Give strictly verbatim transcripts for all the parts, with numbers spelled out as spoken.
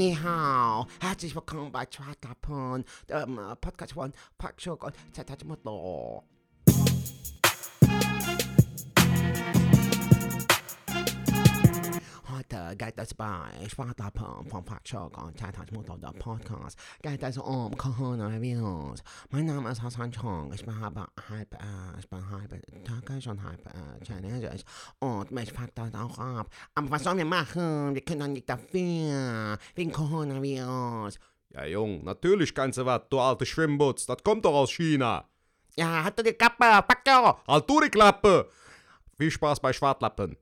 Ni hao, herzlich willkommen bei Schwartlappen, dem äh, Podcast von Park Chuk und Zetatimotlo. Heute geht es bei Schwartlappen von Park Chuk und Zetatimotlo, der Podcast, geht es um Coronavirus. Mein Name ist Hassan Chong, ich bin halb, halb, äh, ich bin halb türkisch und halb äh, chinesisch und mich fuckt das auch ab. Aber was sollen wir machen? Wir können doch nicht dafür, wegen Coronavirus. Ja, Jung, natürlich kannst du was, du alte Schwimmbutz, das kommt doch aus China. Ja, halt du die Klappe, fuck you! Halt du die Klappe! Viel Spaß bei Schwartlappen.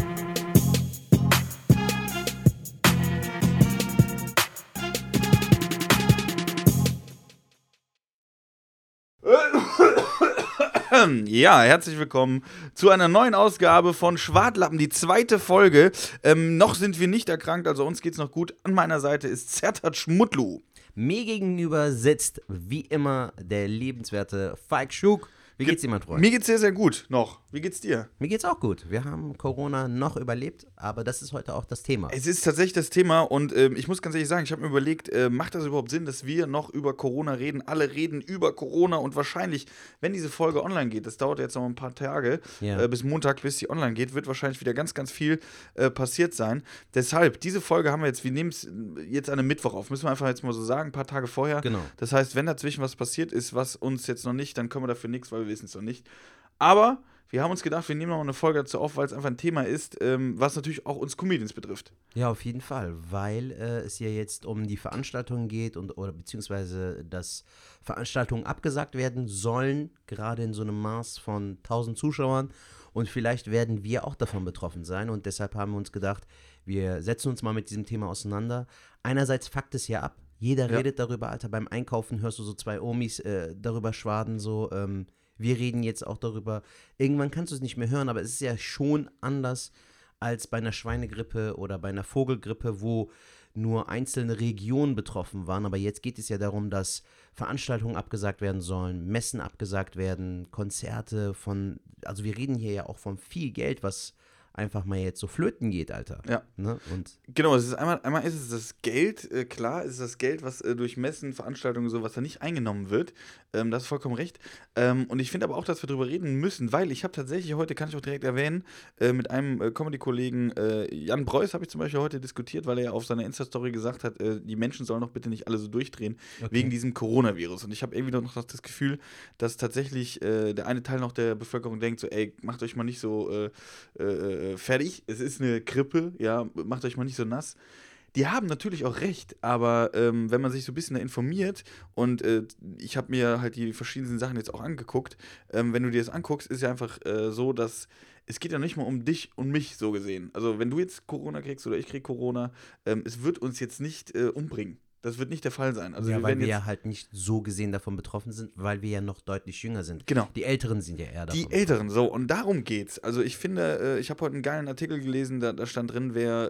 Ja, herzlich willkommen zu einer neuen Ausgabe von Schwartlappen, die zweite Folge. Ähm, noch sind wir nicht erkrankt, also uns geht's noch gut. An meiner Seite ist Zertat Schmutlu. Mir gegenüber sitzt, wie immer, der liebenswerte Falk Schuk. Wie geht's dir, mein Freund? Mir geht's sehr, sehr gut noch. Wie geht's dir? Mir geht's auch gut. Wir haben Corona noch überlebt, aber das ist heute auch das Thema. Es ist tatsächlich das Thema und ähm, ich muss ganz ehrlich sagen, ich habe mir überlegt, äh, macht das überhaupt Sinn, dass wir noch über Corona reden? Alle reden über Corona und wahrscheinlich, wenn diese Folge online geht, das dauert jetzt noch ein paar Tage, Ja. äh, bis Montag, bis sie online geht, wird wahrscheinlich wieder ganz, ganz viel äh, passiert sein. Deshalb, diese Folge haben wir jetzt, wir nehmen es jetzt an einem Mittwoch auf, müssen wir einfach jetzt mal so sagen, ein paar Tage vorher. Genau. Das heißt, wenn dazwischen was passiert ist, was uns jetzt noch nicht, dann können wir dafür nichts, weil wir wissen es noch nicht. Aber wir haben uns gedacht, wir nehmen noch eine Folge dazu auf, weil es einfach ein Thema ist, ähm, was natürlich auch uns Comedians betrifft. Ja, auf jeden Fall, weil äh, es ja jetzt um die Veranstaltungen geht und oder beziehungsweise, dass Veranstaltungen abgesagt werden sollen, gerade in so einem Maß von tausend Zuschauern, und vielleicht werden wir auch davon betroffen sein, und deshalb haben wir uns gedacht, wir setzen uns mal mit diesem Thema auseinander. Einerseits fuckt es ja ab, jeder Ja. redet darüber, Alter, beim Einkaufen hörst du so zwei Omis äh, darüber schwaden, so, ähm, wir reden jetzt auch darüber, irgendwann kannst du es nicht mehr hören, aber es ist ja schon anders als bei einer Schweinegrippe oder bei einer Vogelgrippe, wo nur einzelne Regionen betroffen waren. Aber jetzt geht es ja darum, dass Veranstaltungen abgesagt werden sollen, Messen abgesagt werden, Konzerte von, also wir reden hier ja auch von viel Geld, was einfach mal jetzt so flöten geht, Alter. Ja. Ne? Und Genau, es ist einmal, einmal ist es das Geld, äh, klar, es ist das Geld, was äh, durch Messen, Veranstaltungen und so, was da nicht eingenommen wird. Ähm, das ist vollkommen recht. Ähm, und ich finde aber auch, dass wir darüber reden müssen, weil ich habe tatsächlich heute, kann ich auch direkt erwähnen, äh, mit einem äh, Comedy-Kollegen, äh, Jan Breuß, habe ich zum Beispiel heute diskutiert, weil er ja auf seiner Insta-Story gesagt hat, äh, die Menschen sollen doch bitte nicht alle so durchdrehen, Okay. wegen diesem Coronavirus. Und ich habe irgendwie noch das Gefühl, dass tatsächlich äh, der eine Teil noch der Bevölkerung denkt, so, ey, macht euch mal nicht so äh, äh, fertig, es ist eine Grippe, ja, macht euch mal nicht so nass. Die haben natürlich auch recht, aber ähm, wenn man sich so ein bisschen da informiert und äh, ich habe mir halt die verschiedensten Sachen jetzt auch angeguckt, ähm, wenn du dir das anguckst, ist ja einfach äh, so, dass es geht ja nicht mal um dich und mich so gesehen. Also wenn du jetzt Corona kriegst oder ich krieg Corona, ähm, es wird uns jetzt nicht äh, umbringen. Das wird nicht der Fall sein. Also ja, wir weil werden wir jetzt ja halt nicht so gesehen davon betroffen sind, weil wir ja noch deutlich jünger sind. Genau. Die Älteren sind ja eher davon Die Älteren, so, und darum geht's. Also ich finde, äh, ich habe heute einen geilen Artikel gelesen, da, da stand drin, wer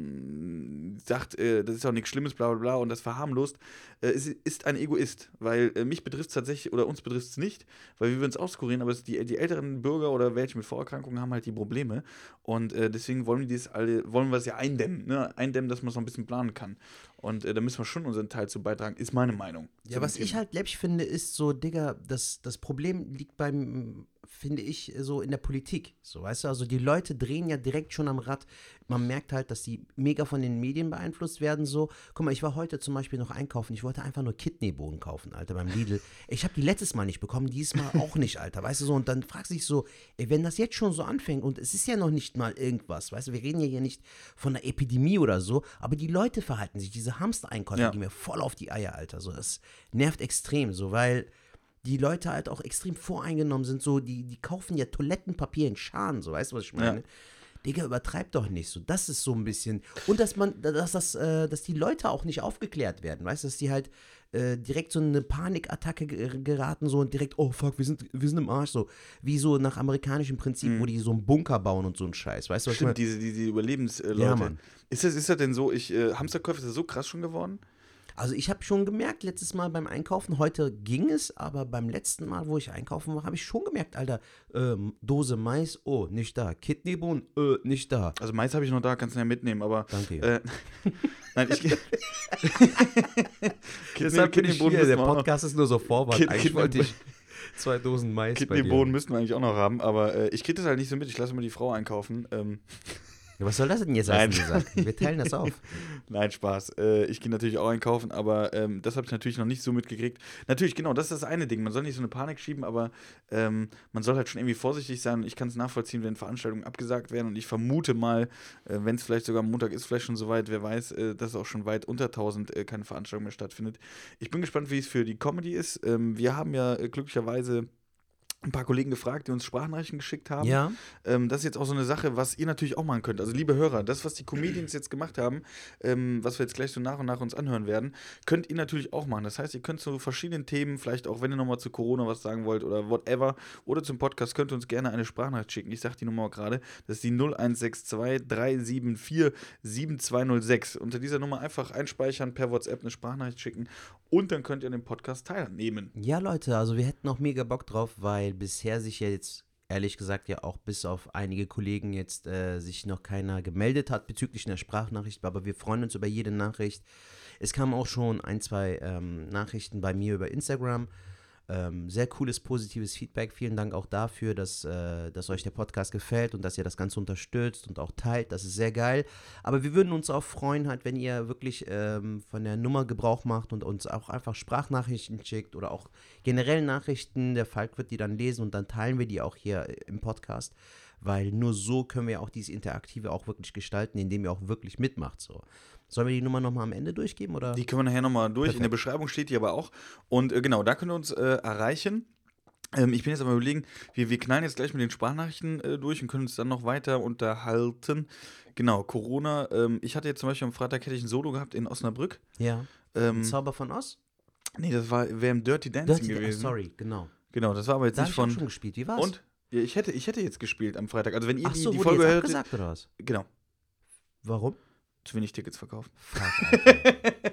ähm, sagt, äh, das ist auch nichts Schlimmes, bla bla bla, und das verharmlost, äh, es ist ein Egoist, weil äh, mich betrifft es tatsächlich, oder uns betrifft es nicht, weil wir würden es auskurieren, aber es, die, die älteren Bürger oder welche mit Vorerkrankungen haben halt die Probleme, und äh, deswegen wollen wir, das alle, wollen wir es ja eindämmen, ne? Eindämmen, dass man es noch ein bisschen planen kann. Und äh, da müssen wir schon unseren Teil zu beitragen, ist meine Meinung. Ja, was ich halt läppsch finde, ist so, Digga, das, das Problem liegt beim, finde ich, so in der Politik. So, weißt du, also die Leute drehen ja direkt schon am Rad. Man merkt halt, dass die mega von den Medien beeinflusst werden, so. Guck mal, ich war heute zum Beispiel noch einkaufen, ich wollte einfach nur Kidneybohnen kaufen, Alter, beim Lidl. Ich habe die letztes Mal nicht bekommen, dieses Mal auch nicht, Alter, weißt du, so. Und dann fragst du dich so, ey, wenn das jetzt schon so anfängt und es ist ja noch nicht mal irgendwas, weißt du, wir reden ja hier nicht von einer Epidemie oder so, aber die Leute verhalten sich, diese Hamster-Einkäufer, Ja. gehen mir voll auf die Eier, Alter, so. Das nervt extrem, so, weil die Leute halt auch extrem voreingenommen sind, so, die, die kaufen ja Toilettenpapier in Scharen, so, weißt du, was ich meine? Ja. Digga, übertreib doch nicht so, das ist so ein bisschen, und dass man, dass das, äh, dass die Leute auch nicht aufgeklärt werden, weißt du, dass die halt äh, direkt so eine Panikattacke ge- geraten, so, und direkt, oh fuck, wir sind, wir sind im Arsch, so, wie so nach amerikanischem Prinzip, Mhm. wo die so einen Bunker bauen und so einen Scheiß, weißt du, was ich meine? Stimmt, diese, diese Überlebensleute. Ja, Mann. Ist das, ist das denn so, ich, äh, Hamsterkäufe, ist das so krass schon geworden? Also ich habe schon gemerkt, letztes Mal beim Einkaufen, heute ging es, aber beim letzten Mal, wo ich einkaufen war, habe ich schon gemerkt, Alter, ähm, Dose Mais, oh, nicht da. Kidneybohnen, äh, nicht da. Also Mais habe ich noch da, kannst du ja mitnehmen, aber... Danke. Äh, nein, ich... Deshalb bin ich hier, der Podcast ist nur so Vorwand. Kid- Eigentlich wollte ich zwei Dosen Mais bei dir. Kidneybohnen müssten wir eigentlich auch noch haben, aber äh, ich kriege das halt nicht so mit. Ich lasse immer die Frau einkaufen. Ähm, Ja, was soll das denn jetzt, Nein. hast du gesagt? Wir teilen das auf. Nein, Spaß. Äh, ich gehe natürlich auch einkaufen, aber ähm, das habe ich natürlich noch nicht so mitgekriegt. Natürlich, genau, das ist das eine Ding. Man soll nicht so eine Panik schieben, aber ähm, man soll halt schon irgendwie vorsichtig sein. Und ich kann es nachvollziehen, wenn Veranstaltungen abgesagt werden. Und ich vermute mal, äh, wenn es vielleicht sogar am Montag ist, vielleicht schon soweit, wer weiß, äh, dass auch schon weit unter tausend äh, keine Veranstaltung mehr stattfindet. Ich bin gespannt, wie es für die Comedy ist. Ähm, wir haben ja äh, glücklicherweise ein paar Kollegen gefragt, die uns Sprachnachrichten geschickt haben. Ja. Ähm, das ist jetzt auch so eine Sache, was ihr natürlich auch machen könnt. Also liebe Hörer, das, was die Comedians jetzt gemacht haben, ähm, was wir jetzt gleich so nach und nach uns anhören werden, könnt ihr natürlich auch machen. Das heißt, ihr könnt zu verschiedenen Themen, vielleicht auch, wenn ihr nochmal zu Corona was sagen wollt oder whatever, oder zum Podcast, könnt ihr uns gerne eine Sprachnachricht schicken. Ich sage die Nummer gerade, das ist die null eins sechs zwei drei sieben vier sieben zwei null sechs. Unter dieser Nummer einfach einspeichern, per WhatsApp eine Sprachnachricht schicken und dann könnt ihr an dem Podcast teilnehmen. Ja, Leute, also wir hätten auch mega Bock drauf, weil bisher sich ja jetzt, ehrlich gesagt, ja auch bis auf einige Kollegen jetzt äh, sich noch keiner gemeldet hat bezüglich einer Sprachnachricht, aber wir freuen uns über jede Nachricht. Es kamen auch schon ein, zwei ähm, Nachrichten bei mir über Instagram. Ähm, sehr cooles, positives Feedback. Vielen Dank auch dafür, dass, äh, dass euch der Podcast gefällt und dass ihr das Ganze unterstützt und auch teilt. Das ist sehr geil. Aber wir würden uns auch freuen, halt, wenn ihr wirklich ähm, von der Nummer Gebrauch macht und uns auch einfach Sprachnachrichten schickt oder auch generell Nachrichten. Der Falk wird die dann lesen und dann teilen wir die auch hier im Podcast. Weil nur so können wir auch dieses Interaktive auch wirklich gestalten, indem ihr auch wirklich mitmacht. So. Sollen wir die Nummer nochmal am Ende durchgeben? Oder? Die können wir nachher nochmal durch. Perfekt. In der Beschreibung steht die aber auch. Und äh, genau, da könnt ihr uns äh, erreichen. Ähm, ich bin jetzt aber überlegen, wir, wir knallen jetzt gleich mit den Sprachnachrichten äh, durch und können uns dann noch weiter unterhalten. Genau, Corona. Ähm, ich hatte jetzt zum Beispiel am Freitag hätte ich ein Solo gehabt in Osnabrück. Ja. Ähm, Zauber von Oz? nee, das war wäre im Dirty Dancing Dirty, gewesen. oh, sorry, genau. Genau, das war aber jetzt Da habe nicht ich auch von. schon gespielt. Wie war's? Und? Ja, ich hätte, ich hätte jetzt gespielt am Freitag. Also wenn ihr Ach die, so, die wurde Folge jetzt hört. abgesagt oder was? Genau. Warum? Zu wenig Tickets verkauft. Fuck, Alter.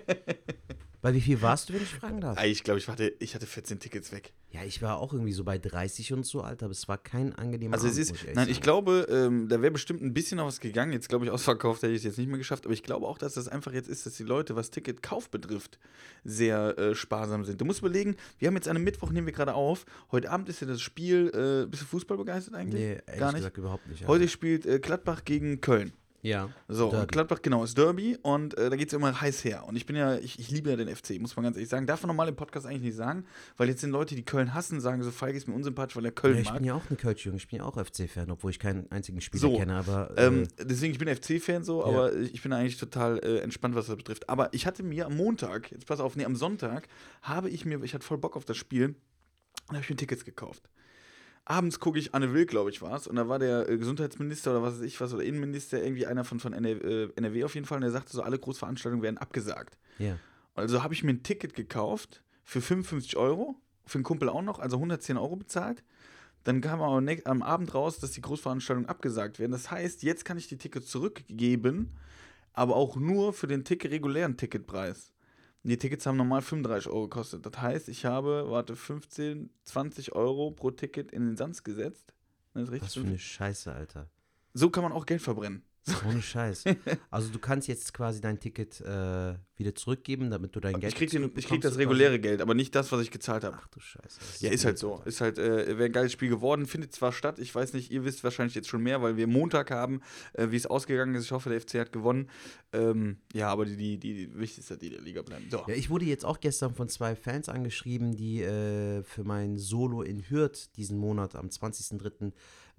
Bei wie viel warst du, wenn ich fragen darf? Ich glaube, ich hatte, ich hatte vierzehn Tickets weg. Ja, ich war auch irgendwie so bei dreißig und so, Alter, aber es war kein angenehmer Also es Abend, ist, muss ich ehrlich nein, ich sagen. glaube, ähm, da wäre bestimmt ein bisschen noch was gegangen. Jetzt glaube ich, ausverkauft hätte ich es jetzt nicht mehr geschafft. Aber ich glaube auch, dass das einfach jetzt ist, dass die Leute, was Ticketkauf betrifft, sehr äh, sparsam sind. Du musst überlegen, wir haben jetzt an einem Mittwoch, nehmen wir gerade auf. Heute Abend ist ja das Spiel, äh, bist du Fußball begeistert eigentlich? Nee, ehrlich Gar nicht. gesagt überhaupt nicht. Heute spielt äh, Gladbach gegen Köln. Ja. So, Derby. und Gladbach, genau, ist Derby und äh, da geht es immer heiß her. Und ich bin ja, ich, ich liebe ja den F C, muss man ganz ehrlich sagen. Darf man normal im Podcast eigentlich nicht sagen, weil jetzt sind Leute, die Köln hassen, sagen so, Falk ist mir unsympathisch, weil er Köln Ja, ich mag. bin ja auch eine Kölsch-Jung, ich bin ja auch F C-Fan, obwohl ich keinen einzigen Spieler So, kenne, aber äh, Ähm, deswegen, ich bin F C-Fan so, Ja. aber ich bin eigentlich total äh, entspannt, was das betrifft. Aber ich hatte mir am Montag, jetzt pass auf, nee, am Sonntag, habe ich mir, ich hatte voll Bock auf das Spiel, und habe ich mir Tickets gekauft. Abends gucke ich, Anne Will, glaube ich, war es, und da war der äh, Gesundheitsminister oder was weiß ich was, oder Innenminister, irgendwie einer von, von N R W auf jeden Fall, und der sagte so, alle Großveranstaltungen werden abgesagt. ja. Also habe ich mir ein Ticket gekauft für fünfundfünfzig Euro, für einen Kumpel auch noch, also hundertzehn Euro bezahlt. Dann kam aber ne- am Abend raus, dass die Großveranstaltungen abgesagt werden. Das heißt, jetzt kann ich die Tickets zurückgeben, aber auch nur für den Ticket, regulären Ticketpreis. Die Tickets haben normal fünfunddreißig Euro gekostet. Das heißt, ich habe, warte, fünfzehn, zwanzig Euro pro Ticket in den Sand gesetzt. Das ist richtig. Was für eine Scheiße, Alter. So kann man auch Geld verbrennen. Ohne Scheiß. Also du kannst jetzt quasi dein Ticket äh, wieder zurückgeben, damit du dein Geld Ich krieg, den, ich krieg zurückbekommst das quasi. reguläre Geld, aber nicht das, was ich gezahlt habe. Ach du Scheiße. das Ja, ist halt so. Ist halt, äh, wäre ein geiles Spiel geworden. Findet zwar statt, ich weiß nicht, ihr wisst wahrscheinlich jetzt schon mehr, weil wir Montag haben, äh, wie es ausgegangen ist. Ich hoffe, der F C hat gewonnen. Ähm, ja, aber die, die, die wichtig ist, die der Liga bleiben. So. Ja, ich wurde jetzt auch gestern von zwei Fans angeschrieben, die äh, für mein Solo in Hürth diesen Monat am zwanzigsten dritten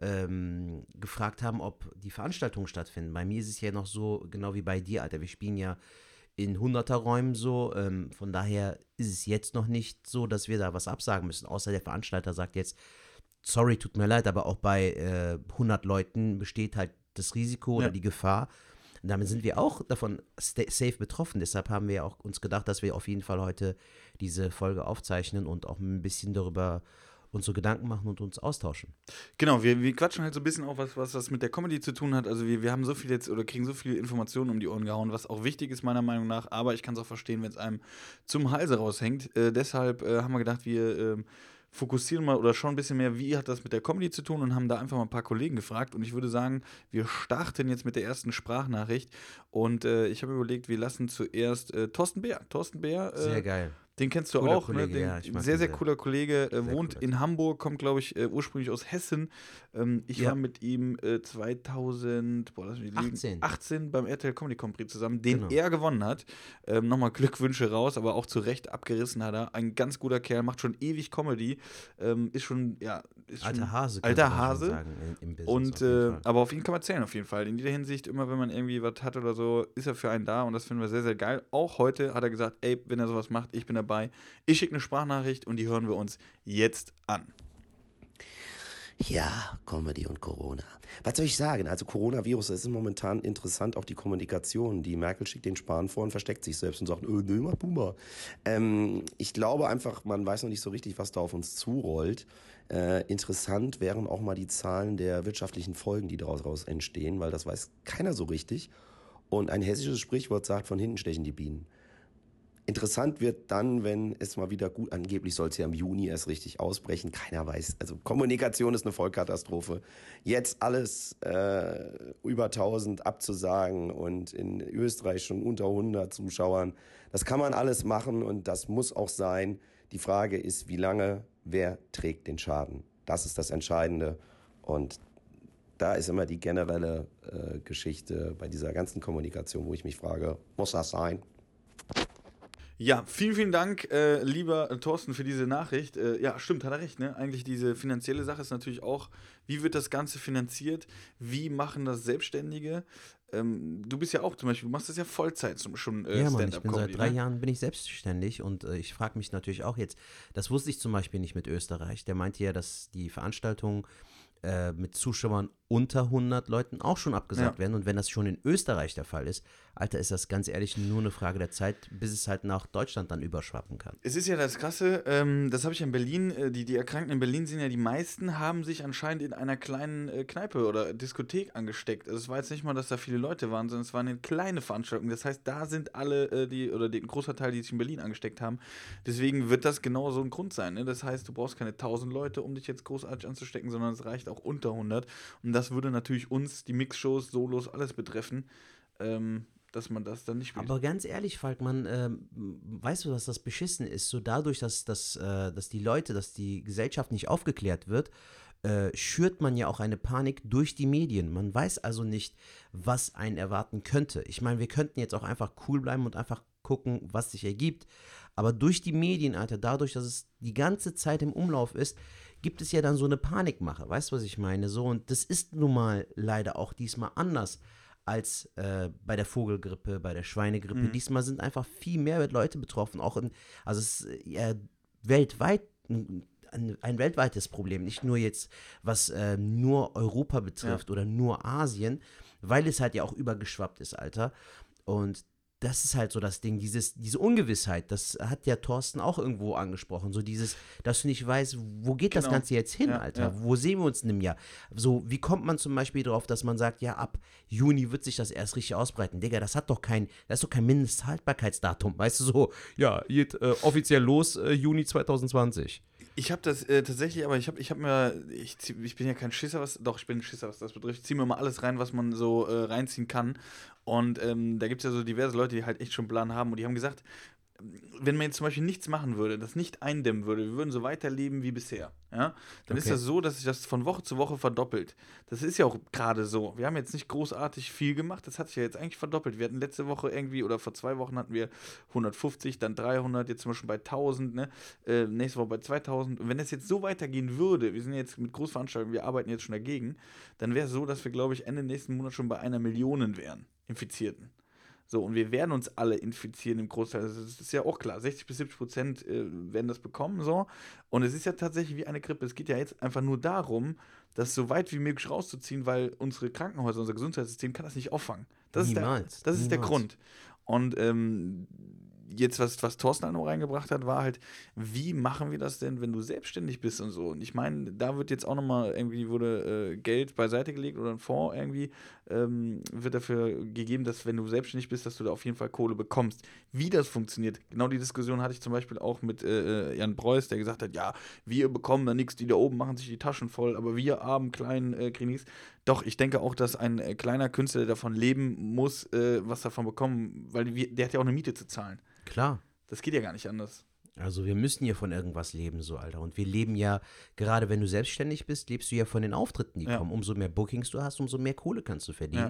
Ähm, gefragt haben, ob die Veranstaltungen stattfinden. Bei mir ist es ja noch so, genau wie bei dir, Alter, wir spielen ja in Hunderterräumen so, ähm, von daher ist es jetzt noch nicht so, dass wir da was absagen müssen, außer der Veranstalter sagt jetzt, sorry, tut mir leid, aber auch bei äh, hundert Leuten besteht halt das Risiko Ja. oder die Gefahr. Und damit sind wir auch davon sta- safe betroffen. Deshalb haben wir auch uns gedacht, dass wir auf jeden Fall heute diese Folge aufzeichnen und auch ein bisschen darüber uns so Gedanken machen und uns austauschen. Genau, wir, wir quatschen halt so ein bisschen auch, was, was das mit der Comedy zu tun hat. Also wir, wir haben so viel jetzt oder kriegen so viele Informationen um die Ohren gehauen, was auch wichtig ist meiner Meinung nach, aber ich kann es auch verstehen, wenn es einem zum Halse raushängt. Äh, deshalb äh, haben wir gedacht, wir ähm, fokussieren mal oder schauen ein bisschen mehr, wie hat das mit der Comedy zu tun und haben da einfach mal ein paar Kollegen gefragt. Und ich würde sagen, wir starten jetzt mit der ersten Sprachnachricht. Und äh, ich habe überlegt, wir lassen zuerst äh, Thorsten Bär. Thorsten Bär. Äh, Sehr geil. Den kennst du Cooler auch, Kollege, ne? Den, ja, ich mag sehr, ihn sehr sehr. cooler Kollege, äh, Sehr wohnt cooler in Typ. Hamburg, kommt, glaube ich, äh, ursprünglich aus Hessen. Ähm, ich Ja. war mit ihm äh, zweitausend, boah, lass mich liegen, achtzehn. achtzehn beim R T L Comedy Grand Prix zusammen, den Genau. er gewonnen hat. Ähm, Nochmal Glückwünsche raus, aber auch zu Recht abgerissen hat er. Ein ganz guter Kerl, macht schon ewig Comedy, ähm, ist schon, ja, ist schon Alter Hase, alter könnte man schon Hase. sagen, im, im Business Und auf jeden äh, Fall. aber auf ihn kann man zählen auf jeden Fall. In jeder Hinsicht, immer wenn man irgendwie was hat oder so, ist er für einen da und das finden wir sehr, sehr geil. Auch heute hat er gesagt, ey, wenn er sowas macht, ich bin dabei. Ich schicke eine Sprachnachricht und die hören wir uns jetzt an. Ja, Comedy und Corona. Was soll ich sagen? Also Coronavirus, das ist momentan interessant, auch die Kommunikation. Die Merkel schickt den Spahn vor und versteckt sich selbst und sagt, öh, nö, mach du mal. Ähm, ich glaube einfach, man weiß noch nicht so richtig, was da auf uns zurollt. Äh, interessant wären auch mal die Zahlen der wirtschaftlichen Folgen, die daraus entstehen, weil das weiß keiner so richtig. Und ein hessisches Sprichwort sagt, von hinten stechen die Bienen. Interessant wird dann, wenn es mal wieder gut, angeblich soll es ja im Juni erst richtig ausbrechen, keiner weiß. Also Kommunikation ist eine Vollkatastrophe. Jetzt alles äh, über tausend abzusagen und in Österreich schon unter hundert Zuschauern, das kann man alles machen und das muss auch sein. Die Frage ist, wie lange, wer trägt den Schaden? Das ist das Entscheidende und da ist immer die generelle äh, Geschichte bei dieser ganzen Kommunikation, wo ich mich frage, muss das sein? Ja, vielen, vielen Dank, äh, lieber äh, Thorsten, für diese Nachricht. Äh, ja, stimmt, hat er recht, ne? Eigentlich diese finanzielle Sache ist natürlich auch, wie wird das Ganze finanziert? Wie machen das Selbstständige? Ähm, du bist ja auch zum Beispiel, du machst das ja Vollzeit zum, schon äh, Ja, Mann, ich bin Stand-up-Comedy, seit drei ne? Jahren bin ich selbstständig und äh, ich frage mich natürlich auch jetzt, das wusste ich zum Beispiel nicht mit Österreich. Der meinte ja, dass die Veranstaltungen äh, mit Zuschauern unter hundert Leuten auch schon abgesagt Ja. werden. Und wenn das schon in Österreich der Fall ist, Alter, ist das ganz ehrlich nur eine Frage der Zeit, bis es halt nach Deutschland dann überschwappen kann. Es ist ja das Krasse, ähm, das habe ich in Berlin, äh, die, die Erkrankten in Berlin sind ja die meisten, haben sich anscheinend in einer kleinen äh, Kneipe oder Diskothek angesteckt. Also es war jetzt nicht mal, dass da viele Leute waren, sondern es war eine kleine Veranstaltung. Das heißt, da sind alle, äh, die, oder den großer Teil, die sich in Berlin angesteckt haben. Deswegen wird das genau so ein Grund sein. Ne? Das heißt, du brauchst keine tausend Leute, um dich jetzt großartig anzustecken, sondern es reicht auch unter hundert. Und das würde natürlich uns, die Mixshows, Solos, alles betreffen. Ähm, dass man das dann nicht spielt. Aber ganz ehrlich, Falk, man, ähm, weißt du, dass das beschissen ist? So dadurch, dass, dass, äh, dass die Leute, dass die Gesellschaft nicht aufgeklärt wird, äh, schürt man ja auch eine Panik durch die Medien. Man weiß also nicht, was einen erwarten könnte. Ich meine, wir könnten jetzt auch einfach cool bleiben und einfach gucken, was sich ergibt. Aber durch die Medien, Alter, dadurch, dass es die ganze Zeit im Umlauf ist, gibt es ja dann so eine Panikmache. Weißt du, was ich meine? So, und das ist nun mal leider auch diesmal anders als äh, bei der Vogelgrippe, bei der Schweinegrippe. Mhm. Diesmal sind einfach viel mehr Leute betroffen, auch in, also es ist ja weltweit ein, ein weltweites Problem, nicht nur jetzt, was äh, nur Europa betrifft Ja. oder nur Asien, weil es halt ja auch übergeschwappt ist, Alter. Und das ist halt so das Ding, dieses, diese Ungewissheit, das hat ja Thorsten auch irgendwo angesprochen, so dieses, dass du nicht weißt, wo geht das Genau. Ganze jetzt hin, Ja, Alter, ja. wo sehen wir uns in einem Jahr? So, wie kommt man zum Beispiel darauf, dass man sagt, ja, ab Juni wird sich das erst richtig ausbreiten, Digga, das hat doch kein, das ist doch kein Mindesthaltbarkeitsdatum, weißt du, so, ja, geht äh, offiziell los, äh, Juni zwanzig zwanzig. Ich habe das äh, tatsächlich, aber ich habe ich hab mir, ich, zieh, ich bin ja kein Schisser, was, doch, ich bin ein Schisser, was das betrifft. Ich ziehe mir mal alles rein, was man so äh, reinziehen kann. Und ähm, da gibt es ja so diverse Leute, die halt echt schon einen Plan haben und die haben gesagt, wenn man jetzt zum Beispiel nichts machen würde, das nicht eindämmen würde, wir würden so weiterleben wie bisher, ja, dann ist Okay. das so, dass sich das von Woche zu Woche verdoppelt. Das ist ja auch gerade so. Wir haben jetzt nicht großartig viel gemacht, das hat sich ja jetzt eigentlich verdoppelt. Wir hatten letzte Woche irgendwie, oder vor zwei Wochen hatten wir hundertfünfzig, dann dreihundert, jetzt sind wir schon bei tausend, ne? Äh, nächste Woche bei zweitausend. Und wenn das jetzt so weitergehen würde, wir sind jetzt mit Großveranstaltungen, wir arbeiten jetzt schon dagegen, dann wäre es so, dass wir, glaube ich, Ende nächsten Monat schon bei einer Million wären, Infizierten. So, und wir werden uns alle infizieren im Großteil. Das ist, das ist ja auch klar. sechzig bis siebzig Prozent äh, werden das bekommen. So. Und es ist ja tatsächlich wie eine Grippe. Es geht ja jetzt einfach nur darum, das so weit wie möglich rauszuziehen, weil unsere Krankenhäuser, unser Gesundheitssystem kann das nicht auffangen. Das Niemals, ist der, das ist der niemals. Grund. Und ähm, jetzt, was, was Thorsten halt noch reingebracht hat, war halt, wie machen wir das denn, wenn du selbstständig bist und so? Und ich meine, da wird jetzt auch nochmal irgendwie, wurde äh, Geld beiseite gelegt oder ein Fonds irgendwie, ähm, wird dafür gegeben, dass wenn du selbstständig bist, dass du da auf jeden Fall Kohle bekommst. Wie das funktioniert, genau die Diskussion hatte ich zum Beispiel auch mit äh, Jan Preuß, der gesagt hat, ja, wir bekommen da nichts, die da oben machen sich die Taschen voll, aber wir armen kleinen äh, kriegen nichts. Doch, ich denke auch, dass ein äh, kleiner Künstler, der davon leben muss, äh, was davon bekommen, weil wir, der hat ja auch eine Miete zu zahlen. Klar. Das geht ja gar nicht anders. Also wir müssen ja von irgendwas leben, so, Alter. Und wir leben ja, gerade wenn du selbstständig bist, lebst du ja von den Auftritten, die Ja. kommen. Umso mehr Bookings du hast, umso mehr Kohle kannst du verdienen.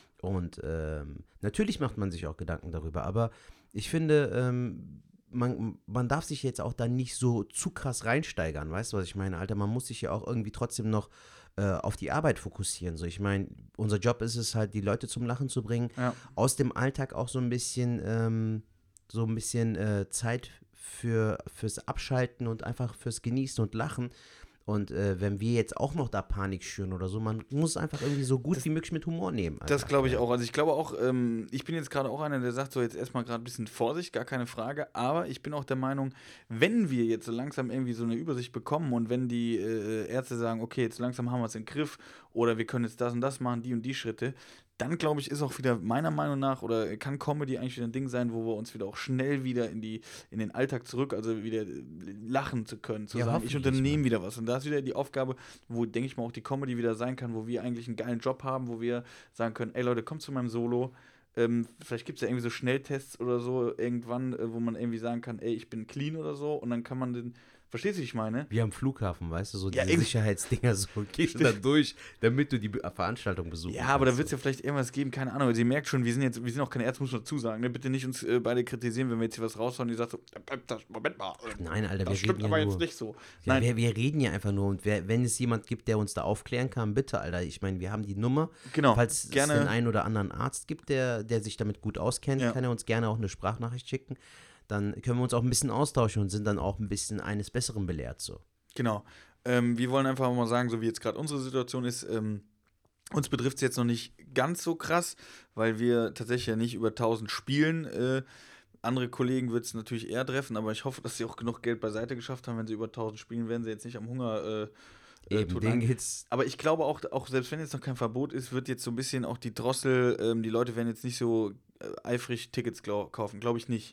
Und ähm, natürlich macht man sich auch Gedanken darüber. Aber ich finde, ähm, man, man darf sich jetzt auch da nicht so zu krass reinsteigern. Weißt du, was ich meine, Alter? Man muss sich ja auch irgendwie trotzdem noch äh, auf die Arbeit fokussieren. So, ich meine, unser Job ist es halt, die Leute zum Lachen zu bringen. Ja. Aus dem Alltag auch so ein bisschen, ähm, so ein bisschen äh, Zeit für, fürs Abschalten und einfach fürs Genießen und Lachen. Und äh, wenn wir jetzt auch noch da Panik schüren oder so, man muss einfach irgendwie so gut Das- wie möglich mit Humor nehmen. Das glaube ich auch. Also ich glaube auch, ähm, ich bin jetzt gerade auch einer, der sagt so jetzt erstmal gerade ein bisschen Vorsicht, gar keine Frage. Aber ich bin auch der Meinung, wenn wir jetzt so langsam irgendwie so eine Übersicht bekommen und wenn die äh, Ärzte sagen, okay, jetzt langsam haben wir es im Griff oder wir können jetzt das und das machen, die und die Schritte, dann glaube ich, ist auch wieder meiner Meinung nach oder kann Comedy eigentlich wieder ein Ding sein, wo wir uns wieder auch schnell wieder in die in den Alltag zurück, also wieder lachen zu können, zu Ja, sagen, ich hoffentlich, unternehme Mann. wieder was. Und da ist wieder die Aufgabe, wo, denke ich mal, auch die Comedy wieder sein kann, wo wir eigentlich einen geilen Job haben, wo wir sagen können, ey Leute, kommt zu meinem Solo. Ähm, vielleicht gibt es ja irgendwie so Schnelltests oder so irgendwann, äh, wo man irgendwie sagen kann, ey, ich bin clean oder so und dann kann man den, verstehst du, wie ich meine? Wie am Flughafen, weißt du, so Ja, diese irgendwie- Sicherheitsdinger, so gehst du da durch, damit du die Be- Veranstaltung besuchen Ja, aber da kannst. wird es ja vielleicht irgendwas geben, keine Ahnung. Also ihr merkt schon, wir sind jetzt, wir sind auch keine Ärzte, muss man dazu sagen. Ne? Bitte nicht uns äh, beide kritisieren, wenn wir jetzt hier was raushauen, die sagt so, äh, das, Moment mal, äh, Nein, Alter, das wir stimmt reden aber ja jetzt nur. nicht so. Ja, Nein, wir, wir reden ja einfach nur und wer, wenn es jemand gibt, der uns da aufklären kann, bitte, Alter. Ich meine, wir haben die Nummer. genau, Falls gerne. es den einen oder anderen Arzt gibt, der, der sich damit gut auskennt, Ja. kann er uns gerne auch eine Sprachnachricht schicken. Dann können wir uns auch ein bisschen austauschen und sind dann auch ein bisschen eines Besseren belehrt. So. Genau. Ähm, wir wollen einfach mal sagen, so wie jetzt gerade unsere Situation ist, ähm, uns betrifft es jetzt noch nicht ganz so krass, weil wir tatsächlich ja nicht über tausend spielen. Äh, andere Kollegen wird es natürlich eher treffen, aber ich hoffe, dass sie auch genug Geld beiseite geschafft haben. Wenn sie über tausend spielen, werden sie jetzt nicht am Hunger äh, äh, Eben, tot denen lang- geht's. Aber ich glaube auch, auch selbst wenn jetzt noch kein Verbot ist, wird jetzt so ein bisschen auch die Drossel, ähm, die Leute werden jetzt nicht so äh, eifrig Tickets glau- kaufen, glaube ich nicht.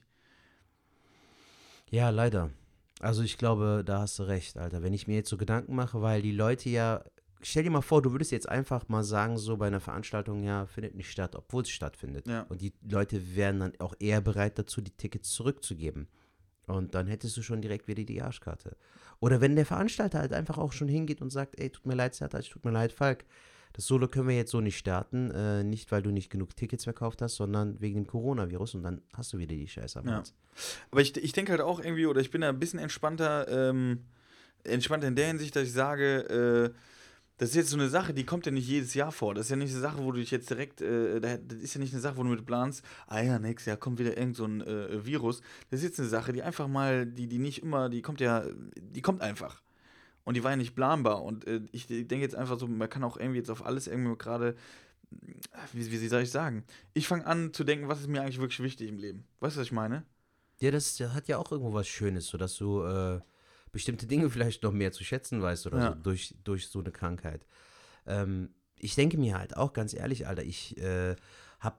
Ja, leider. Also ich glaube, da hast du recht, Alter. Wenn ich mir jetzt so Gedanken mache, weil die Leute ja, stell dir mal vor, du würdest jetzt einfach mal sagen, so bei einer Veranstaltung, ja, findet nicht statt, obwohl es stattfindet. Ja. Und die Leute wären dann auch eher bereit dazu, die Tickets zurückzugeben. Und dann hättest du schon direkt wieder die Arschkarte. Oder wenn der Veranstalter halt einfach auch schon hingeht und sagt, ey, tut mir leid, Sertac, tut mir leid, Falk, das Solo können wir jetzt so nicht starten, äh, nicht weil du nicht genug Tickets verkauft hast, sondern wegen dem Coronavirus und dann hast du wieder die Scheiße am Ja. Hals. Aber ich, ich denke halt auch irgendwie, oder ich bin da ein bisschen entspannter, ähm, entspannter in der Hinsicht, dass ich sage, äh, das ist jetzt so eine Sache, die kommt ja nicht jedes Jahr vor. Das ist ja nicht eine Sache, wo du dich jetzt direkt, äh, da- das ist ja nicht eine Sache, wo du mit planst, ah ja, nächstes Jahr kommt wieder irgend so ein äh, Virus. Das ist jetzt eine Sache, die einfach mal, die, die nicht immer, die kommt ja, die kommt einfach. Und die war ja nicht planbar. Und äh, ich denke jetzt einfach so, man kann auch irgendwie jetzt auf alles irgendwie gerade, wie, wie soll ich sagen? Ich fange an zu denken, was ist mir eigentlich wirklich wichtig im Leben? Weißt du, was ich meine? Ja, das, das hat ja auch irgendwo was Schönes, so dass du äh, bestimmte Dinge vielleicht noch mehr zu schätzen weißt oder Ja. so durch, durch so eine Krankheit. Ähm, ich denke mir halt auch ganz ehrlich, Alter, ich äh, habe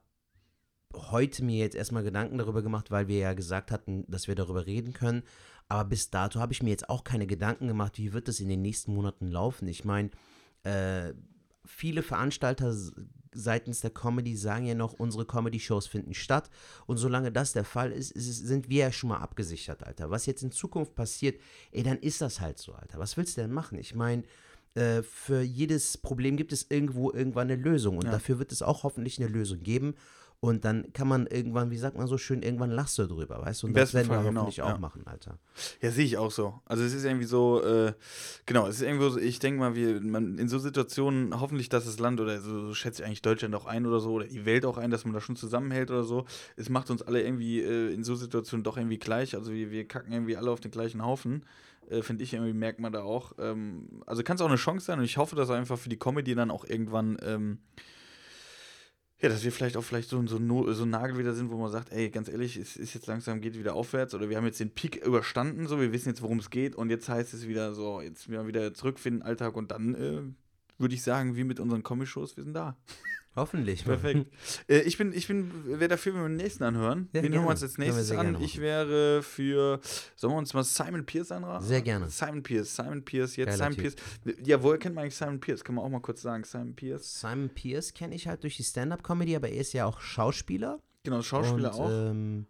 heute mir jetzt erstmal Gedanken darüber gemacht, weil wir ja gesagt hatten, dass wir darüber reden können. Aber bis dato habe ich mir jetzt auch keine Gedanken gemacht, wie wird das in den nächsten Monaten laufen. Ich meine, äh, viele Veranstalter s- seitens der Comedy sagen ja noch, unsere Comedy-Shows finden statt. Und solange das der Fall ist, ist es, sind wir ja schon mal abgesichert, Alter. Was jetzt in Zukunft passiert, ey, dann ist das halt so, Alter. Was willst du denn machen? Ich meine, äh, für jedes Problem gibt es irgendwo irgendwann eine Lösung. Und Ja. dafür wird es auch hoffentlich eine Lösung geben. Und dann kann man irgendwann, wie sagt man so schön, irgendwann lachst du drüber, weißt du? Und Im das besten werden wir Fall, genau, hoffentlich auch ja. machen, Alter. Ja, sehe ich auch so. Also es ist irgendwie so, äh, genau, es ist irgendwo so, ich denke mal, wir, man, in so Situationen, hoffentlich, dass das Land oder so, so schätze ich eigentlich Deutschland auch ein oder so, oder die Welt auch ein, dass man da schon zusammenhält oder so. Es macht uns alle irgendwie äh, in so Situationen doch irgendwie gleich. Also wir, wir kacken irgendwie alle auf den gleichen Haufen. Äh, Finde ich irgendwie, merkt man da auch. Ähm, also kann es auch eine Chance sein und ich hoffe, dass einfach für die Comedy dann auch irgendwann ähm, Ja, dass wir vielleicht auch vielleicht so, so, no, so ein Nagel wieder sind, wo man sagt, ey, ganz ehrlich, es ist jetzt langsam, geht wieder aufwärts oder wir haben jetzt den Peak überstanden, so, wir wissen jetzt, worum es geht und jetzt heißt es wieder so, jetzt wieder zurück für den Alltag und dann äh, würde ich sagen, wie mit unseren Comic-Shows, wir sind da. Hoffentlich. Perfekt. äh, ich bin, ich bin, wäre dafür, wenn wir den nächsten anhören. Ja, Wen hören wir uns als Können wir nächstes sehr an? gerne Ich wäre für, sollen wir uns mal Simon Pierce anraten? Sehr gerne. Simon Pierce, Simon Pierce, jetzt Geiler Simon Typ. Pierce. Ja, woher kennt man eigentlich Simon Pierce? Kann man auch mal kurz sagen, Simon Pierce. Simon Pierce kenne ich halt durch die Stand-Up-Comedy, aber er ist ja auch Schauspieler. Genau, Schauspieler und, auch. Ähm,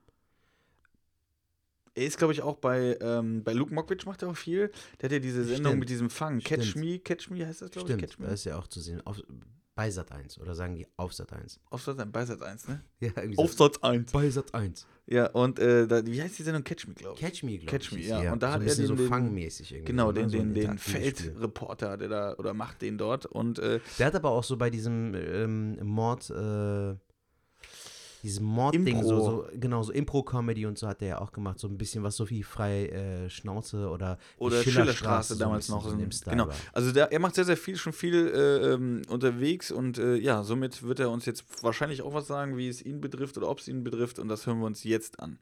Er ist, glaube ich, auch bei, ähm, bei Luke Mockridge macht er auch viel. Der hat ja diese Sendung Stimmt. mit diesem Fang. Catch Stimmt. Me, Catch Me heißt das, glaube ich. stimmt, Catch Me. da ist ja auch zu sehen. Auf, bei Sat eins oder sagen die auf Sat eins? Auf Sat eins, bei Sat eins, ne? Ja, irgendwie Auf Sat eins. Bei Sat eins. Ja, und äh, da, wie heißt die Sendung? Catch Me, glaube ich. Catch Me, glaube ich. Catch Me, ist ja. sie, Und da so hat ein er bisschen den, so den fangmäßig irgendwie. Genau, so, den, ne? So ein den, den interaktives Spiel. Feldreporter, der da, oder macht den dort. Und äh, Der hat aber auch so bei diesem ähm, Mord, äh, diesem Mordding, Impro. so, so, genau, so Impro-Comedy und so hat der ja auch gemacht. So ein bisschen was so wie frei äh, Schnauze oder die oder Schillerstraße so ein damals bisschen noch. so in dem Style Genau. war. Also der, er macht sehr, sehr viel, schon viel äh, ähm, unterwegs und äh, ja, somit wird er uns jetzt wahrscheinlich auch was sagen, wie es ihn betrifft oder ob es ihn betrifft und das hören wir uns jetzt an.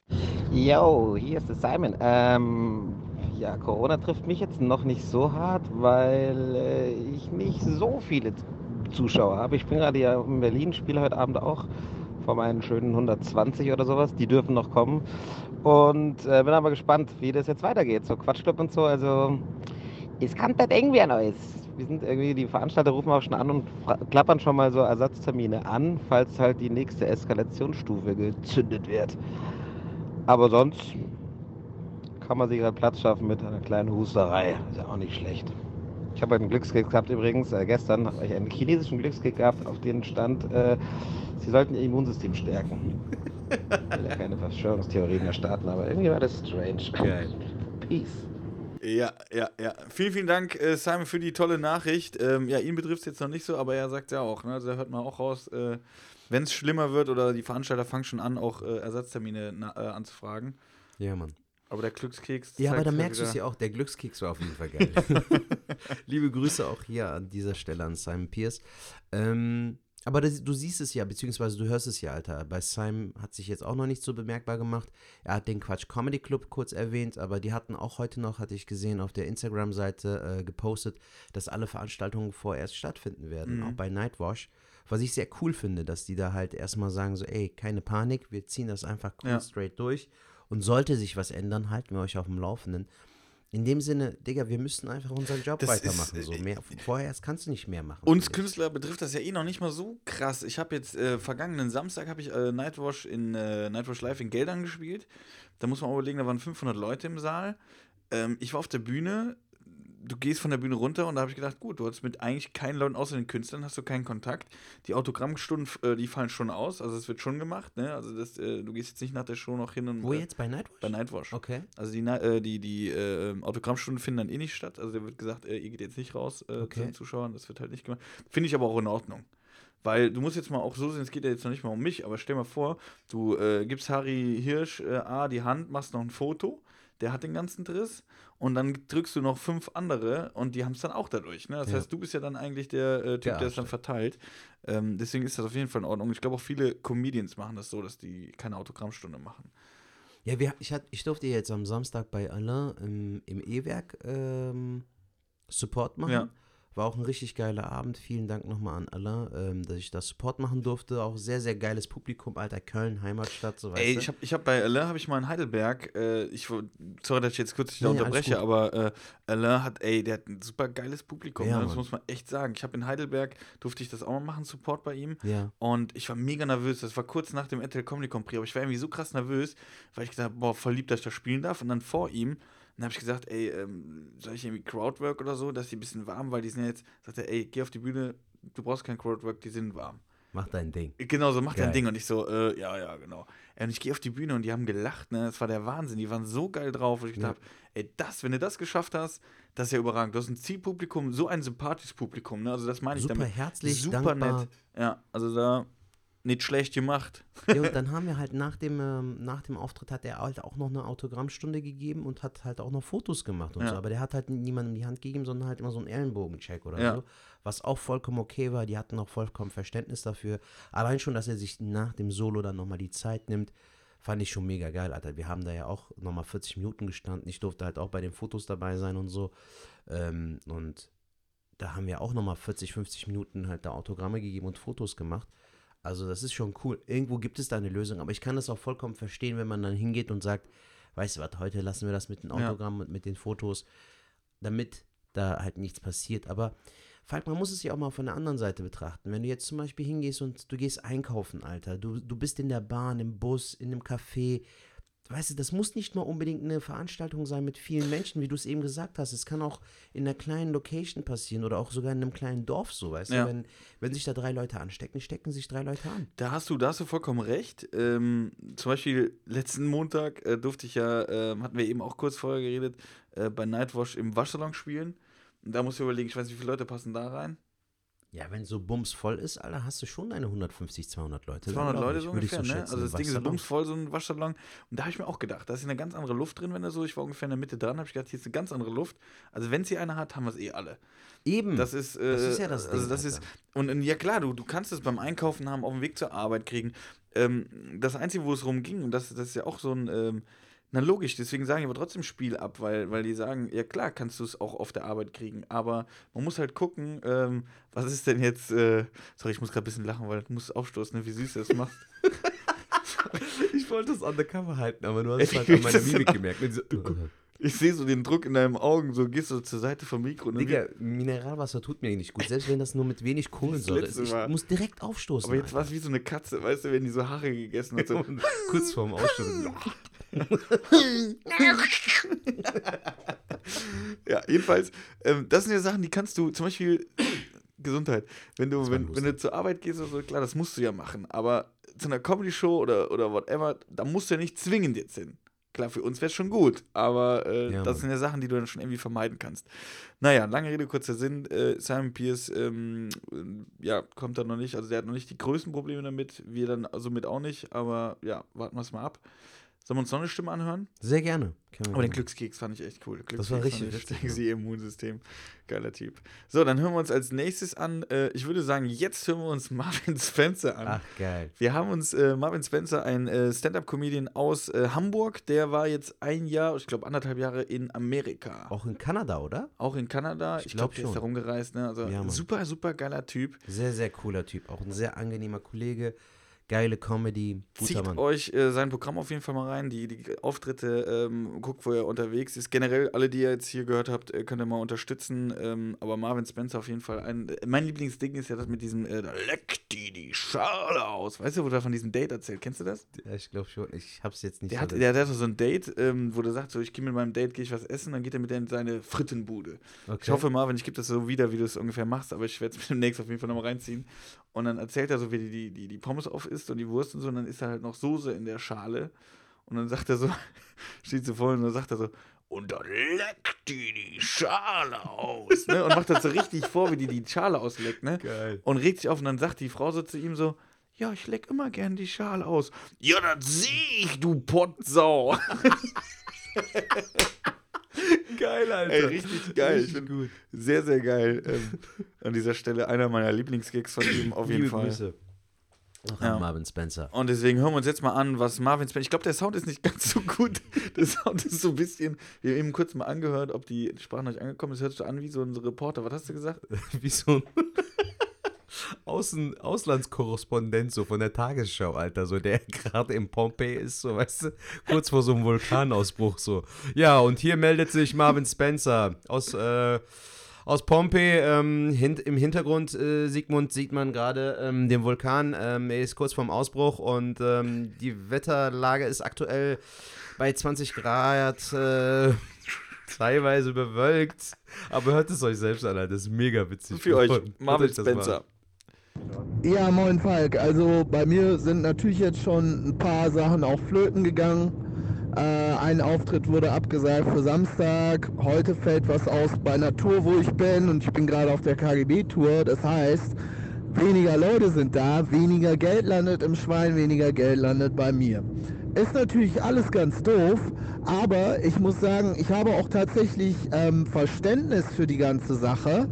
Yo, hier ist der Simon. Ähm, ja, Corona trifft mich jetzt noch nicht so hart, weil äh, ich nicht so viele Zuschauer habe. Ich bin gerade ja in Berlin, spiele heute Abend auch vor meinen schönen hundertzwanzig oder sowas. Die dürfen noch kommen. Und äh, bin aber gespannt, wie das jetzt weitergeht. So Quatschclub und so. Also, es kommt das irgendwie ein neues. Wir sind irgendwie, die Veranstalter rufen auch schon an und fra- klappern schon mal so Ersatztermine an, falls halt die nächste Eskalationsstufe gezündet wird. Aber sonst kann man sich gerade Platz schaffen mit einer kleinen Husterei. Ist ja auch nicht schlecht. Ich habe heute einen Glückskick gehabt übrigens. Äh, gestern habe ich einen chinesischen Glückskick gehabt, auf den stand, äh, sie sollten ihr Immunsystem stärken. Ich will ja keine Verschwörungstheorien mehr starten, aber irgendwie war das strange. Geil. Peace. Ja, ja, ja. Vielen, vielen Dank, äh, Simon, für die tolle Nachricht. Ähm, ja, ihn betrifft es jetzt noch nicht so, aber er sagt ja auch, ne? Also da hört man auch raus, äh, wenn es schlimmer wird oder die Veranstalter fangen schon an, auch äh, Ersatztermine na, äh, anzufragen. Ja, Mann. Aber der Glückskeks. Ja, aber zeigt da halt merkst du es wieder- ja auch, der Glückskeks war auf jeden Fall geil. Liebe Grüße auch hier an dieser Stelle an Simon Pierce. Ähm, aber das, du siehst es ja, beziehungsweise du hörst es ja, Alter. Bei Simon hat sich jetzt auch noch nicht so bemerkbar gemacht. Er hat den Quatsch Comedy Club kurz erwähnt, aber die hatten auch heute noch, hatte ich gesehen, auf der Instagram-Seite äh, gepostet, dass alle Veranstaltungen vorerst stattfinden werden, Mhm. auch bei Nightwash. Was ich sehr cool finde, dass die da halt erstmal sagen so, ey, keine Panik, wir ziehen das einfach cool Ja. straight durch. Und sollte sich was ändern, halten wir euch auf dem Laufenden. In dem Sinne, Digga, wir müssten einfach unseren Job Das weitermachen. ist, So. äh, Mehr, vorher kannst du nicht mehr machen. Uns finde ich. Künstler betrifft das ja eh noch nicht mal so krass. Ich habe jetzt äh, vergangenen Samstag habe ich äh, Nightwash in äh, Nightwash Live in Geldern gespielt. Da muss man auch überlegen, da waren fünfhundert Leute im Saal. Ähm, ich war auf der Bühne. Du gehst von der Bühne runter und da habe ich gedacht, gut, du hast mit eigentlich keinen Leuten außer den Künstlern hast du keinen Kontakt. Die Autogrammstunden, äh, die fallen schon aus, also es wird schon gemacht, ne? Also das, äh, du gehst jetzt nicht nach der Show noch hin und Wo äh, jetzt? Bei Nightwash? bei Nightwash. Okay. Also die, Na- äh, die, die äh, Autogrammstunden finden dann eh nicht statt. Also da wird gesagt, äh, ihr geht jetzt nicht raus äh, Okay. zu den Zuschauern. Das wird halt nicht gemacht. Finde ich aber auch in Ordnung. Weil du musst jetzt mal auch so sehen, es geht ja jetzt noch nicht mal um mich, aber stell mal vor, du äh, gibst Harry Hirsch äh, A die Hand, machst noch ein Foto, der hat den ganzen Driss und dann drückst du noch fünf andere und die haben es dann auch dadurch. Ne? Das Ja. heißt, du bist ja dann eigentlich der äh, Typ, Der der es dann Arschloch. verteilt. Ähm, deswegen ist das auf jeden Fall in Ordnung. Ich glaube auch viele Comedians machen das so, dass die keine Autogrammstunde machen. Ja, wir, ich, hat, ich durfte jetzt am Samstag bei Alain im, im E-Werk ähm, Support machen. Ja. War auch ein richtig geiler Abend. Vielen Dank nochmal an Alain, ähm, dass ich das Support machen durfte. Auch sehr, sehr geiles Publikum, Alter. Köln, Heimatstadt, so weißt Ey, du. ich habe ich hab bei Alain, habe ich mal in Heidelberg, äh, ich, wo- sorry, dass ich jetzt kurz dich da Nee, alles unterbreche, gut. aber äh, Alain hat, ey, der hat ein super geiles Publikum, Ja, ne? Das Mann. muss man echt sagen. Ich habe in Heidelberg, durfte ich das auch mal machen, Support bei ihm. Ja. Und ich war mega nervös. Das war kurz nach dem R T L Comedy Grand Prix, aber ich war irgendwie so krass nervös, weil ich gedacht, boah, voll lieb, dass ich da spielen darf. Und dann vor ihm, dann habe ich gesagt, ey, ähm, soll ich irgendwie Crowdwork oder so, dass die ein bisschen warm, weil die sind ja jetzt, sagt er, ey, geh auf die Bühne, du brauchst kein Crowdwork, die sind warm. Mach dein Ding. Genau, so macht dein Geil. Ding. Und ich so, äh, ja, ja, genau. Ey, Und ich gehe auf die Bühne und die haben gelacht, ne? Das war der Wahnsinn. Die waren so geil drauf. Und ich Ja. dachte, ey, das, wenn du das geschafft hast, das ist ja überragend. Du hast ein Zielpublikum, so ein sympathisches Publikum, ne? Also das meine ich Super damit. herzlich, Super dankbar. nett. Ja, also da nicht schlecht gemacht. Ja, und dann haben wir halt nach dem, ähm, nach dem Auftritt hat er halt auch noch eine Autogrammstunde gegeben und hat halt auch noch Fotos gemacht und Ja. so. Aber der hat halt niemandem die Hand gegeben, sondern halt immer so einen Ellenbogencheck oder Ja. so. Was auch vollkommen okay war. Die hatten auch vollkommen Verständnis dafür. Allein schon, dass er sich nach dem Solo dann nochmal die Zeit nimmt, fand ich schon mega geil, Alter. Wir haben da ja auch nochmal vierzig Minuten gestanden. Ich durfte halt auch bei den Fotos dabei sein und so. Ähm, und da haben wir auch nochmal vierzig, fünfzig Minuten halt da Autogramme gegeben und Fotos gemacht. Also das ist schon cool. Irgendwo gibt es da eine Lösung, aber ich kann das auch vollkommen verstehen, wenn man dann hingeht und sagt, weißt du was, heute lassen wir das mit den Autogrammen und mit den Fotos, damit da halt nichts passiert. Aber Falk, man muss es ja auch mal von der anderen Seite betrachten. Wenn du jetzt zum Beispiel hingehst und du gehst einkaufen, Alter, du, du bist in der Bahn, im Bus, in einem Café, weißt du, das muss nicht mal unbedingt eine Veranstaltung sein mit vielen Menschen, wie du es eben gesagt hast. Es kann auch in einer kleinen Location passieren oder auch sogar in einem kleinen Dorf so, weißt Ja. du. Wenn, wenn sich da drei Leute anstecken, stecken sich drei Leute an. Da hast du, da hast du vollkommen recht. Ähm, zum Beispiel letzten Montag äh, durfte ich ja, ähm, hatten wir eben auch kurz vorher geredet, äh, bei Nightwash im Waschsalon spielen. Und da musst du überlegen, ich weiß nicht, wie viele Leute passen da rein. Ja, wenn so bums voll ist, Alter, hast du schon deine hundertfünfzig, zweihundert Leute. zweihundert glaub Leute ich, so würde ich ungefähr, ne? schätzen, Also das im Ding ist Waschsalon. bumsvoll, so ein Waschsalon. Und da habe ich mir auch gedacht, da ist eine ganz andere Luft drin, wenn er so, ich war ungefähr in der Mitte dran, habe ich gedacht, hier ist eine ganz andere Luft. Also wenn es hier einer hat, haben wir es eh alle. Eben. Das ist, äh, Das ist ja das also Ding, das ist, Alter. und, und ja klar, du, du kannst es beim Einkaufen haben, auf dem Weg zur Arbeit kriegen. Ähm, das Einzige, wo es rumging, und das, das ist ja auch so ein, ähm, na logisch, deswegen sagen die aber trotzdem Spiel ab, weil, weil die sagen, ja klar, kannst du es auch auf der Arbeit kriegen, aber man muss halt gucken, ähm, was ist denn jetzt, äh, sorry, ich muss gerade ein bisschen lachen, weil du musst aufstoßen, ne, wie süß du das machst. Ich wollte das undercover halten, aber du hast Ich es halt an meiner das Mimik nach- gemerkt. Und so, Ich sehe so den Druck in deinen Augen, so gehst du zur Seite vom Mikro. Und dann Digga, Mineralwasser tut mir nicht gut, selbst wenn das nur mit wenig Kohlensäure ist. letzte Ich Mal. muss direkt aufstoßen. aber jetzt war es wie so eine Katze, weißt du, wenn die so Haare gegessen hat. So. Und kurz vorm Ausstoßen. Ja, jedenfalls, ähm, das sind ja Sachen, die kannst du, zum Beispiel Gesundheit, wenn du, war wenn, lustig. wenn du zur Arbeit gehst oder so, klar, das musst du ja machen, aber zu einer Comedy-Show oder, oder whatever, da musst du ja nicht zwingend jetzt hin. Klar, für uns wäre es schon gut, aber äh, Ja, das Mann. sind ja Sachen, die du dann schon irgendwie vermeiden kannst. Naja, lange Rede, kurzer Sinn, äh, Simon Pierce, ähm, äh, ja, kommt da noch nicht, also der hat noch nicht die größten Probleme damit, wir dann somit auch nicht, aber ja, warten wir es mal ab. Sollen wir uns noch eine Stimme anhören? Sehr gerne. Können wir Aber den machen. Glückskeks fand ich echt cool. Glückskeks Das war richtig fand ich witzig, stärken sie ihr Immunsystem. Geiler Typ. So, dann hören wir uns als nächstes an. Äh, ich würde sagen, jetzt hören wir uns Marvin Spencer an. Ach, geil. Wir haben uns äh, Marvin Spencer, ein äh, Stand-Up-Comedian aus äh, Hamburg, der war jetzt ein Jahr, ich glaube anderthalb Jahre in Amerika. Auch in Kanada, oder? Auch in Kanada. Ich Ich glaube, glaub der ist schon. da rumgereist. Ne? Also Ja, Mann. super, super geiler Typ. Sehr, sehr cooler Typ. Auch ein sehr angenehmer Kollege. Geile Comedy. Guter Zieht Mann. euch äh, sein Programm auf jeden Fall mal rein, die, die Auftritte, ähm, guckt, wo er unterwegs ist. Generell, alle, die ihr jetzt hier gehört habt, äh, könnt ihr mal unterstützen. Ähm, aber Marvin Spencer auf jeden Fall ein. Äh, mein Lieblingsding ist ja das mit diesem, äh, da leckt die die Schale aus. Weißt du, wo der von diesem Date erzählt? Kennst du das? Ja, ich glaube schon. Ich hab's jetzt nicht Der hat, so- der, der hat so ein Date, ähm, wo der sagt, so, ich gehe mit meinem Date, gehe ich was essen, dann geht er mit der in seine Frittenbude. Okay. Ich hoffe, Marvin, ich gebe das so wieder, wie du es ungefähr machst, aber ich werde es mir demnächst auf jeden Fall nochmal reinziehen. Und dann erzählt er so, wie die, die, die, die Pommes auf isst und die Wurst und so, und dann ist da halt noch Soße in der Schale. Und dann sagt er so, steht so vor und dann sagt er so, und dann leckt die die Schale aus. Ne? Und macht das so richtig vor, wie die die Schale ausleckt. Ne? Geil. Und regt sich auf und dann sagt die Frau so zu ihm so, ja, ich leck immer gern die Schale aus. Ja, das sehe ich, du Pottsau. Geil, Alter. Ey, richtig geil. Ich Richtig bin gut. sehr, sehr geil. Ähm, an dieser Stelle einer meiner Lieblingsgags von ihm auf jeden Liebe Fall. Grüße. Auch Ja. an Marvin Spencer. Und deswegen hören wir uns jetzt mal an, was Marvin Spencer. Ich glaube, der Sound ist nicht ganz so gut. Der Sound ist so ein bisschen. Wir haben eben kurz mal angehört, ob die Sprache angekommen ist. Hört sich so an wie so ein Reporter. Was hast du gesagt? Wie so ein Außen Auslandskorrespondent so von der Tagesschau, Alter, so der gerade in Pompeii ist, so, weißt du, kurz vor so einem Vulkanausbruch, so. Ja, und hier meldet sich Marvin Spencer aus, äh, aus Pompeii. Ähm, hint, im Hintergrund, äh, Sigmund, sieht man gerade ähm, den Vulkan. Ähm, er ist kurz vorm Ausbruch und ähm, die Wetterlage ist aktuell bei zwanzig Grad, äh, teilweise bewölkt. Aber hört es euch selbst an, Alter, das ist mega witzig. Für euch, Hört Marvin euch das mal an. Spencer. Ja, moin Falk. Also bei mir sind natürlich jetzt schon ein paar Sachen auch flöten gegangen. Äh, ein Auftritt wurde abgesagt für Samstag. Heute fällt was aus bei einer Tour, wo ich bin und ich bin gerade auf der K G B-Tour. Das heißt, weniger Leute sind da, weniger Geld landet im Schwein, weniger Geld landet bei mir. Ist natürlich alles ganz doof, aber ich muss sagen, ich habe auch tatsächlich ähm, Verständnis für die ganze Sache,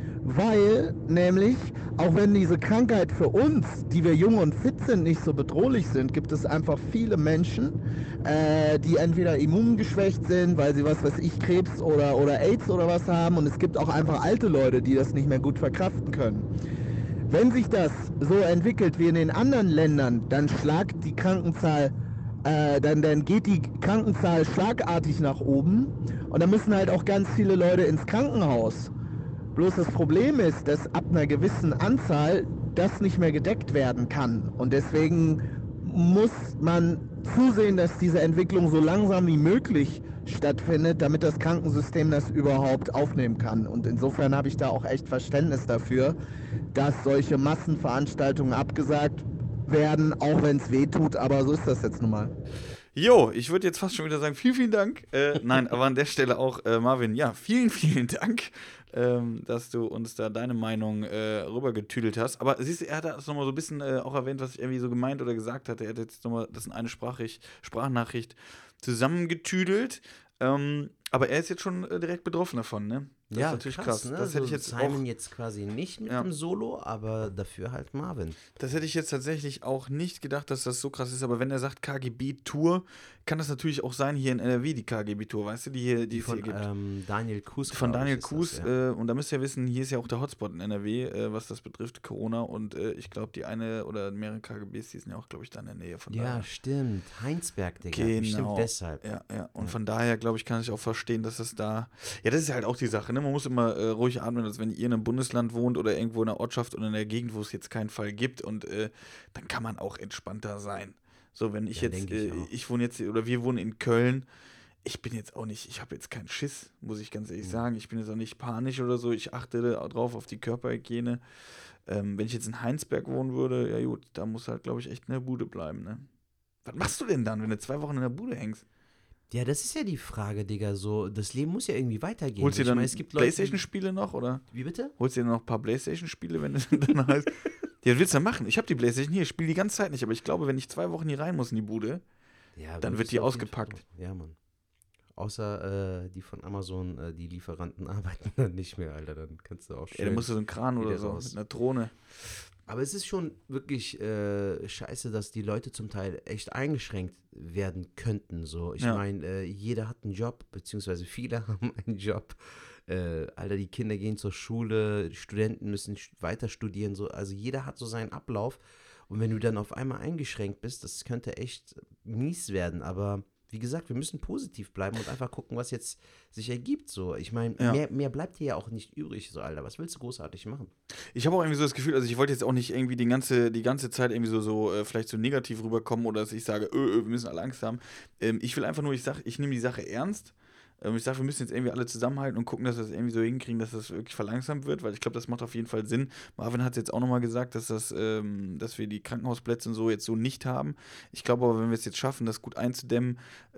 weil nämlich, auch wenn diese Krankheit für uns, die wir jung und fit sind, nicht so bedrohlich sind, gibt es einfach viele Menschen, äh, die entweder immungeschwächt sind, weil sie, was weiß ich, Krebs oder, oder AIDS oder was haben, und es gibt auch einfach alte Leute, die das nicht mehr gut verkraften können. Wenn sich das so entwickelt wie in den anderen Ländern, dann schlagt die Krankenzahl, äh, dann, dann geht die Krankenzahl schlagartig nach oben, und dann müssen halt auch ganz viele Leute ins Krankenhaus. Bloß das Problem ist, dass ab einer gewissen Anzahl das nicht mehr gedeckt werden kann. Und deswegen muss man zusehen, dass diese Entwicklung so langsam wie möglich stattfindet, damit das Krankensystem das überhaupt aufnehmen kann. Und insofern habe ich da auch echt Verständnis dafür, dass solche Massenveranstaltungen abgesagt werden, auch wenn es weh tut. Aber so ist das jetzt nun mal. Jo, ich würde jetzt fast schon wieder sagen, vielen, vielen Dank. Äh, nein, aber an der Stelle auch, äh, Marvin, ja, vielen, vielen Dank, ähm, dass du uns da deine Meinung äh, rübergetüdelt hast. Aber siehst du, er hat das nochmal so ein bisschen äh, auch erwähnt, was ich irgendwie so gemeint oder gesagt hatte. Er hat jetzt nochmal das in eine Sprachricht, Sprachnachricht zusammengetüdelt. Ähm, aber er ist jetzt schon äh, direkt betroffen davon, ne? Das ja, ist natürlich krass. krass. Ne? Das hätte ich jetzt Simon auch, jetzt quasi nicht mit ja. dem Solo, aber dafür halt Marvin. Das hätte ich jetzt tatsächlich auch nicht gedacht, dass das so krass ist. Aber wenn er sagt K G B-Tour, kann das natürlich auch sein hier in N R W, die K G B-Tour, weißt du, die hier, die, Die es von hier gibt. ähm, Daniel Kuhs. Von Daniel ich, Kuhs. das, ja. äh, und da müsst ihr ja wissen, hier ist ja auch der Hotspot in N R W, äh, was das betrifft, Corona. Und äh, ich glaube, die eine oder mehrere K G Bs, die sind ja auch, glaube ich, da in der Nähe. Von Ja, daher. stimmt. Heinsberg, Digga. Genau. Bestimmt deshalb. Ja, ja. Und Ja. von daher, glaube ich, kann ich auch verstehen, dass das da. Ja, das ist halt auch die Sache, ne? Man muss immer äh, ruhig atmen, als wenn ihr in einem Bundesland wohnt oder irgendwo in einer Ortschaft oder in der Gegend, wo es jetzt keinen Fall gibt. Und äh, dann kann man auch entspannter sein. So, wenn ich Ja, jetzt, denke ich äh, auch. ich wohne jetzt, oder wir wohnen in Köln. Ich bin jetzt auch nicht, ich habe jetzt keinen Schiss, muss ich ganz ehrlich Mhm. sagen. Ich bin jetzt auch nicht panisch oder so. Ich achte da drauf auf die Körperhygiene. Ähm, wenn ich jetzt in Heinsberg wohnen würde, ja gut, da muss halt, glaube ich, echt in der Bude bleiben, ne? Was machst du denn dann, wenn du zwei Wochen in der Bude hängst? Ja, das ist ja die Frage, Digga. So, das Leben muss ja irgendwie weitergehen. Holst du Ich dir dann meine, es gibt Leute, die- Playstation-Spiele noch, oder? Wie bitte? Holst du dir noch ein paar Playstation-Spiele, wenn du dann heißt? Ja, was willst du denn machen? Ich habe die Playstation hier, ich spiele die ganze Zeit nicht, aber ich glaube, wenn ich zwei Wochen hier rein muss in die Bude, Ja, Dann würdest wird die du auf jeden ausgepackt. Fall machen. Ja, Mann. Außer äh, die von Amazon, äh, die Lieferanten arbeiten dann nicht mehr, Alter. Dann kannst du auch schön. ja, dann musst du so einen Kran oder wieder so raus. mit einer Drohne. Aber es ist schon wirklich äh, scheiße, dass die Leute zum Teil echt eingeschränkt werden könnten. So, ich Ja. meine, äh, jeder hat einen Job, beziehungsweise viele haben einen Job. Äh, Alter, die Kinder gehen zur Schule, die Studenten müssen st- weiter studieren. So. Also jeder hat so seinen Ablauf. Und wenn du dann auf einmal eingeschränkt bist, das könnte echt mies werden. Aber wie gesagt, wir müssen positiv bleiben und einfach gucken, was jetzt sich ergibt. So, ich meine, Ja. mehr, mehr bleibt dir ja auch nicht übrig. So, Alter, was willst du großartig machen? Ich habe auch irgendwie so das Gefühl, also ich wollte jetzt auch nicht irgendwie die ganze, die ganze Zeit irgendwie so, so äh, vielleicht so negativ rüberkommen oder dass ich sage, öh, öh, wir müssen alle Angst haben. Ähm, ich will einfach nur, ich sage, ich nehme die Sache ernst. Ähm, ich sage, wir müssen jetzt irgendwie alle zusammenhalten und gucken, dass wir das irgendwie so hinkriegen, dass das wirklich verlangsamt wird, weil ich glaube, das macht auf jeden Fall Sinn. Marvin hat es jetzt auch nochmal gesagt, dass, das, ähm, dass wir die Krankenhausplätze und so jetzt so nicht haben. Ich glaube aber, wenn wir es jetzt schaffen, das gut einzudämmen,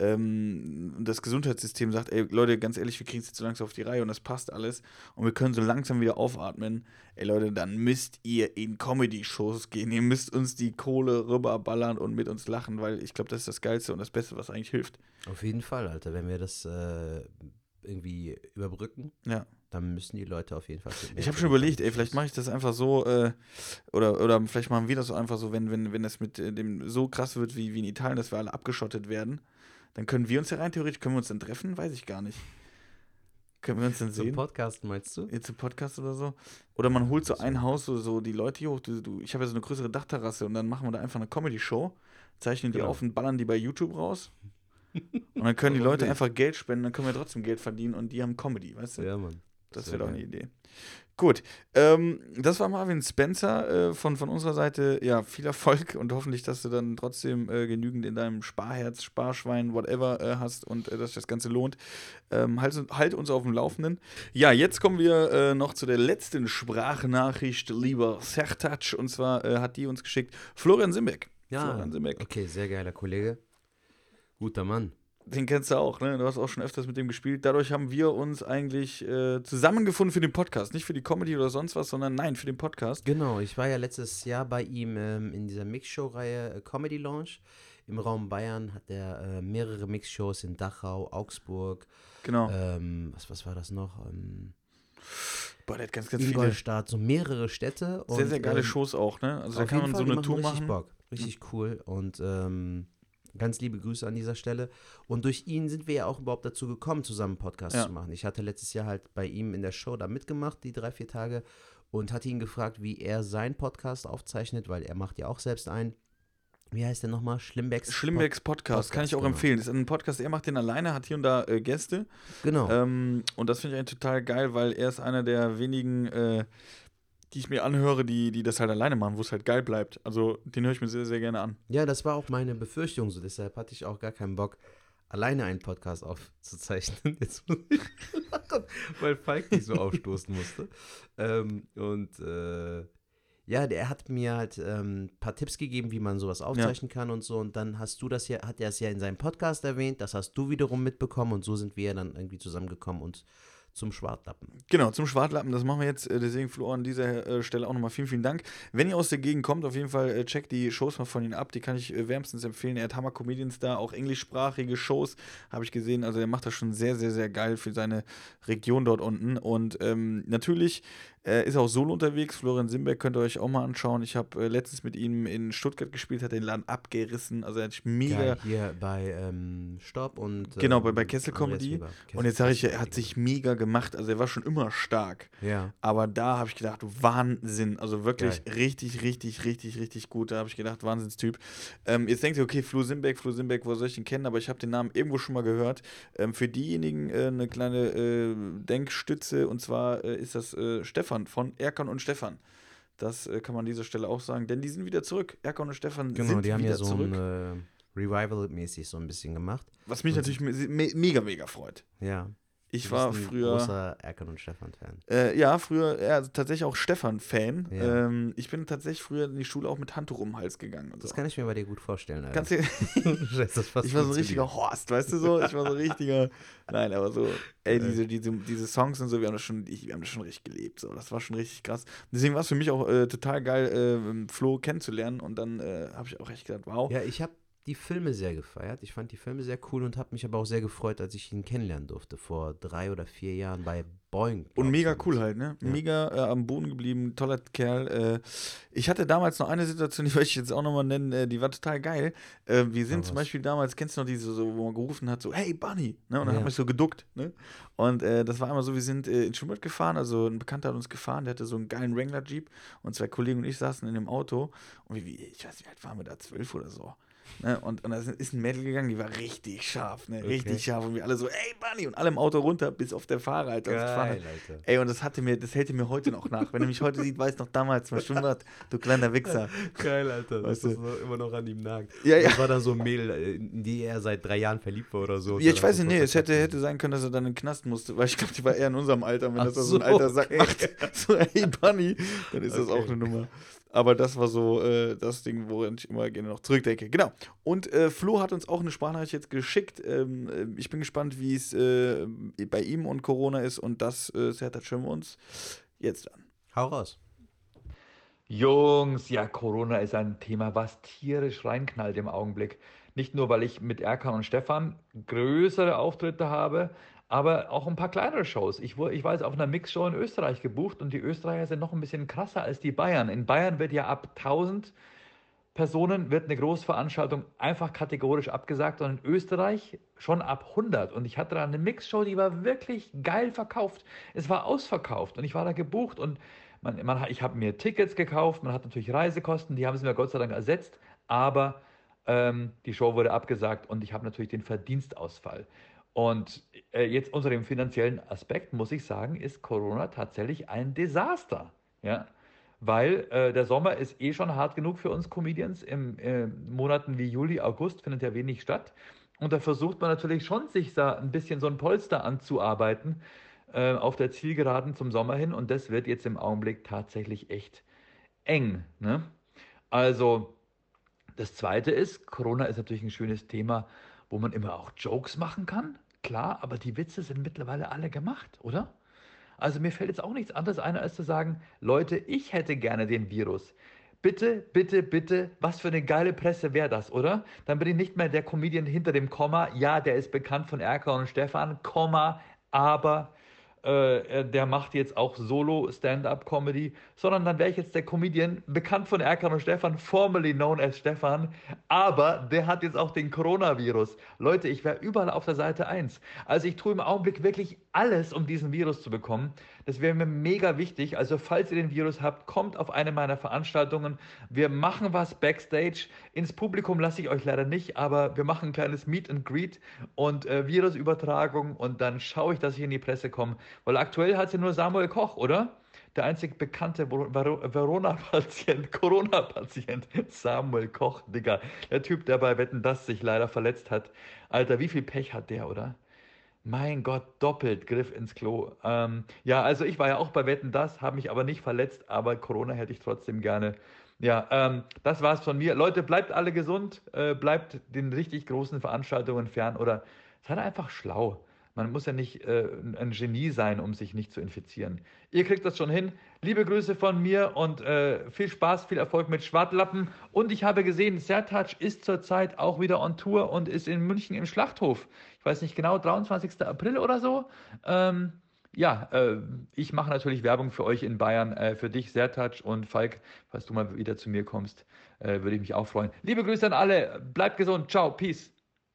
ähm, das Gesundheitssystem sagt, ey Leute, ganz ehrlich, wir kriegen es jetzt so langsam auf die Reihe und das passt alles und wir können so langsam wieder aufatmen, ey Leute, dann müsst ihr in Comedy-Shows gehen, ihr müsst uns die Kohle rüberballern und mit uns lachen, weil ich glaube, das ist das Geilste und das Beste, was eigentlich hilft. Auf jeden Fall, Alter. Wenn wir das äh, irgendwie überbrücken, Ja. dann müssen die Leute auf jeden Fall. Ich habe schon überlegt, ey, vielleicht mache ich das einfach so, äh, oder, oder vielleicht machen wir das so einfach so, wenn, wenn, wenn das mit äh, dem so krass wird wie, wie in Italien, dass wir alle abgeschottet werden, dann können wir uns ja rein theoretisch, können wir uns dann treffen? Weiß ich gar nicht. Können wir uns dann So sehen? Podcast, meinst du? Jetzt im Podcast oder so. Oder man holt so ein Haus, so, so die Leute hier hoch. Du, du, ich habe ja so eine größere Dachterrasse und dann machen wir da einfach eine Comedy-Show, zeichnen die Genau. auf und ballern die bei YouTube raus. Und dann können die Warum Leute nicht? einfach Geld spenden, dann können wir trotzdem Geld verdienen und die haben Comedy, weißt du? Ja, Mann. Das Das wäre wär doch eine geil. Idee. Gut, ähm, das war Marvin Spencer äh, von, von unserer Seite. Ja, viel Erfolg und hoffentlich, dass du dann trotzdem äh, genügend in deinem Sparherz, Sparschwein, whatever äh, hast und äh, dass sich das Ganze lohnt. Ähm, halt, halt uns auf dem Laufenden. Ja, jetzt kommen wir äh, noch zu der letzten Sprachnachricht, lieber Sertac. Und zwar äh, hat die uns geschickt Florian Simbeck. Ja, Florian Simbeck. okay, sehr geiler Kollege. Guter Mann. Den kennst du auch, ne? Du hast auch schon öfters mit dem gespielt. Dadurch haben wir uns eigentlich äh, zusammengefunden für den Podcast. Nicht für die Comedy oder sonst was, sondern nein, für den Podcast. Genau, ich war ja letztes Jahr bei ihm ähm, in dieser Mixshow-Reihe äh, Comedy Lounge. Im Raum Bayern hat er äh, mehrere Mixshows in Dachau, Augsburg. Genau. Ähm, was, was war das noch? Ähm, Boah, der hat ganz, ganz viele Ingolstadt, so mehrere Städte. sehr, und, sehr geile ähm, Shows auch, ne? Also da auf kann jeden man Fall, so die eine Tour richtig machen. Bock. Richtig cool und ähm, ganz liebe Grüße an dieser Stelle. Und durch ihn sind wir ja auch überhaupt dazu gekommen, zusammen einen Podcast Ja. zu machen. Ich hatte letztes Jahr halt bei ihm in der Show da mitgemacht, die drei, vier Tage, und hatte ihn gefragt, wie er seinen Podcast aufzeichnet, weil er macht ja auch selbst einen. Wie heißt der nochmal? Schlimmbecks Schlimmbecks Podcast, kann ich auch genau. empfehlen. Das ist ein Podcast, er macht den alleine, hat hier und da äh, Gäste. Genau. Ähm, und das finde ich eigentlich total geil, weil er ist einer der wenigen, äh, die ich mir anhöre, die, die das halt alleine machen, wo es halt geil bleibt. Also den höre ich mir sehr, sehr gerne an. Ja, das war auch meine Befürchtung so. Deshalb hatte ich auch gar keinen Bock, alleine einen Podcast aufzuzeichnen. Jetzt muss ich lachen, weil Falk mich so aufstoßen musste. Ähm, und äh, ja, der hat mir halt ähm, ein paar Tipps gegeben, wie man sowas aufzeichnen kann und so. Und dann hast du das ja, hat er es ja in seinem Podcast erwähnt, das hast du wiederum mitbekommen und so sind wir dann irgendwie zusammengekommen und zum Schwartlappen. Genau, zum Schwartlappen, das machen wir jetzt. äh, Deswegen, Flo, an dieser äh, Stelle auch nochmal vielen, vielen Dank. Wenn ihr aus der Gegend kommt, auf jeden Fall äh, checkt die Shows mal von ihm ab. Die kann ich äh, wärmstens empfehlen. Er hat Hammer-Comedians da, auch englischsprachige Shows, habe ich gesehen. Also er macht das schon sehr, sehr, sehr geil für seine Region dort unten. Und ähm, natürlich äh, ist er auch solo unterwegs. Florian Simbeck könnt ihr euch auch mal anschauen. Ich habe äh, letztens mit ihm in Stuttgart gespielt, hat den Laden abgerissen. Also er hat mega... Geil, hier bei ähm, Stopp und Genau, ähm, bei, bei Kessel Andreas Comedy. Weber. Kessel- Und jetzt sage ich, Kessel er hat Comedy. sich mega gemacht. Also er war schon immer stark. Ja. Aber da habe ich gedacht, Wahnsinn. Also wirklich Geil. richtig, richtig, richtig, richtig gut. Da habe ich gedacht, Wahnsinnstyp. Ähm, jetzt denkt ihr, okay, Flo Simbeck, Flo Simbeck, wo soll ich den kennen? Aber ich habe den Namen irgendwo schon mal gehört. Ähm, für diejenigen äh, eine kleine äh, Denkstütze. Und zwar äh, ist das äh, Stefan von Erkan und Stefan. Das äh, kann man an dieser Stelle auch sagen. Denn die sind wieder zurück. Erkan und Stefan Genau, sind die haben wieder ja so zurück. ein äh, Revival-mäßig so ein bisschen gemacht. Was mich und- natürlich me me mega, mega freut. Ja. Ich Du war bist ein früher... großer Erkan und Stefan-Fan. Äh, ja, früher ja, tatsächlich auch Stefan-Fan. Ja. Ähm, ich bin tatsächlich früher in die Schule auch mit Handtuch um den Hals gegangen. Und Das so. kann ich mir bei dir gut vorstellen, Alter. Kannst du, Scheiße, das passt ich war so ein gut zu richtiger dir. Horst, weißt du so? Ich war so ein richtiger. Nein, aber so, ey, diese, diese, diese Songs und so, wir haben das schon, ich, wir haben das schon richtig gelebt. So. Das war schon richtig krass. Deswegen war es für mich auch äh, total geil, äh, Flo kennenzulernen. Und dann äh, habe ich auch echt gedacht, wow. Ja, ich habe die Filme sehr gefeiert. Ich fand die Filme sehr cool und habe mich aber auch sehr gefreut, als ich ihn kennenlernen durfte. Vor drei oder vier Jahren bei Boing. Und glaub mega ich. cool halt, ne? Ja. Mega äh, am Boden geblieben, toller Kerl. Äh, ich hatte damals noch eine Situation, die möchte ich jetzt auch nochmal nennen, äh, die war total geil. Äh, wir sind Ja, zum was? Beispiel damals, kennst du noch diese, so, wo man gerufen hat, so, hey Bunny, ne? Und dann Ja. haben wir so geduckt, ne? Und äh, das war einmal so, wir sind äh, in Schubert gefahren, also ein Bekannter hat uns gefahren, der hatte so einen geilen Wrangler-Jeep und zwei Kollegen und ich saßen in dem Auto und wie, wie ich weiß nicht, wie alt waren wir da, zwölf oder so. Ne? Und, und da ist ein Mädel gegangen, die war richtig scharf, ne? Richtig Okay. scharf und wir alle so, ey Bunny und alle im Auto runter, bis auf der Fahrer, Alter. uns gefahren hat. Geil, Alter. Ey, und das hatte mir, das hält mir heute noch nach. Wenn er mich heute sieht, weiß noch damals, mal Schwimmbad, du kleiner Wichser. Geil, Alter. Weißt dass du? das noch, immer noch an ihm nagt. Ja, ja. Das war dann so ein Mädel, äh, in die er seit drei Jahren verliebt war oder so. Ja, ich weiß nicht, nee, es hätte, hätte sein können, dass er dann in den Knast musste, weil ich glaube, die war eher in unserem Alter, wenn Ach das so ein so, alter Sack okay. macht. So, hey Bunny, dann ist das Okay. auch eine Nummer. Aber das war so äh, das Ding, woran ich immer gerne noch zurückdenke. Genau. Und äh, Flo hat uns auch eine Sprachnachricht jetzt geschickt. Ähm, äh, ich bin gespannt, wie es äh, bei ihm und Corona ist. Und das, äh, das schauen wir uns jetzt an. Hau raus. Jungs, ja, Corona ist ein Thema, was tierisch reinknallt im Augenblick. Nicht nur, weil ich mit Erkan und Stefan größere Auftritte habe, aber auch ein paar kleinere Shows. Ich, wu- ich war jetzt auf einer Mixshow in Österreich gebucht und die Österreicher sind noch ein bisschen krasser als die Bayern. In Bayern wird ja ab tausend Personen wird eine Großveranstaltung einfach kategorisch abgesagt und in Österreich schon ab hundert. Und ich hatte da eine Mixshow, die war wirklich geil verkauft. Es war ausverkauft und ich war da gebucht und man, man, hat- ich habe mir Tickets gekauft, man hat natürlich Reisekosten, die haben sie mir Gott sei Dank ersetzt, aber ähm, die Show wurde abgesagt und ich habe natürlich den Verdienstausfall. Und äh, jetzt unter dem finanziellen Aspekt muss ich sagen, ist Corona tatsächlich ein Desaster. Ja? Weil äh, der Sommer ist eh schon hart genug für uns Comedians. Im äh, Monaten wie Juli, August findet ja wenig statt. Und da versucht man natürlich schon, sich da ein bisschen so ein Polster anzuarbeiten äh, auf der Zielgeraden zum Sommer hin. Und das wird jetzt im Augenblick tatsächlich echt eng. Ne? Also das Zweite ist, Corona ist natürlich ein schönes Thema, wo man immer auch Jokes machen kann. Klar, aber die Witze sind mittlerweile alle gemacht, oder? Also mir fällt jetzt auch nichts anderes ein, als zu sagen, Leute, ich hätte gerne den Virus. Bitte, bitte, bitte, was für eine geile Presse wäre das, oder? Dann bin ich nicht mehr der Comedian hinter dem Komma. Ja, der ist bekannt von Erkan und Stefan, Komma, aber äh, der macht jetzt auch Solo-Stand-Up-Comedy, sondern dann wäre ich jetzt der Comedian, bekannt von Erkan und Stefan, formerly known as Stefan, aber der hat jetzt auch den Coronavirus. Leute, ich wäre überall auf der Seite eins. Also ich tue im Augenblick wirklich alles, um diesen Virus zu bekommen. Das wäre mir mega wichtig. Also falls ihr den Virus habt, kommt auf eine meiner Veranstaltungen. Wir machen was Backstage. Ins Publikum lasse ich euch leider nicht, aber wir machen ein kleines Meet and Greet und äh, Virusübertragung und dann schaue ich, dass ich in die Presse komme. Weil aktuell hat es ja nur Samuel Koch, oder? Der einzig bekannte Verona-Patient, Corona-Patient, Samuel Koch, Digga. Der Typ, der bei Wetten, dass sich leider verletzt hat. Alter, wie viel Pech hat der, oder? Mein Gott, doppelt Griff ins Klo. Ähm, ja, also ich war ja auch bei Wetten, dass, habe mich aber nicht verletzt, aber Corona hätte ich trotzdem gerne. Ja, ähm, das war's von mir. Leute, bleibt alle gesund, äh, bleibt den richtig großen Veranstaltungen fern oder seid einfach schlau. Man muss ja nicht äh, ein Genie sein, um sich nicht zu infizieren. Ihr kriegt das schon hin. Liebe Grüße von mir und äh, viel Spaß, viel Erfolg mit Schwartlappen. Und ich habe gesehen, Sertac ist zurzeit auch wieder on Tour und ist in München im Schlachthof. Ich weiß nicht genau, dreiundzwanzigsten April oder so. Ähm, ja, äh, ich mache natürlich Werbung für euch in Bayern, äh, für dich Sertac und Falk, falls du mal wieder zu mir kommst, äh, würde ich mich auch freuen. Liebe Grüße an alle, bleibt gesund, ciao, peace.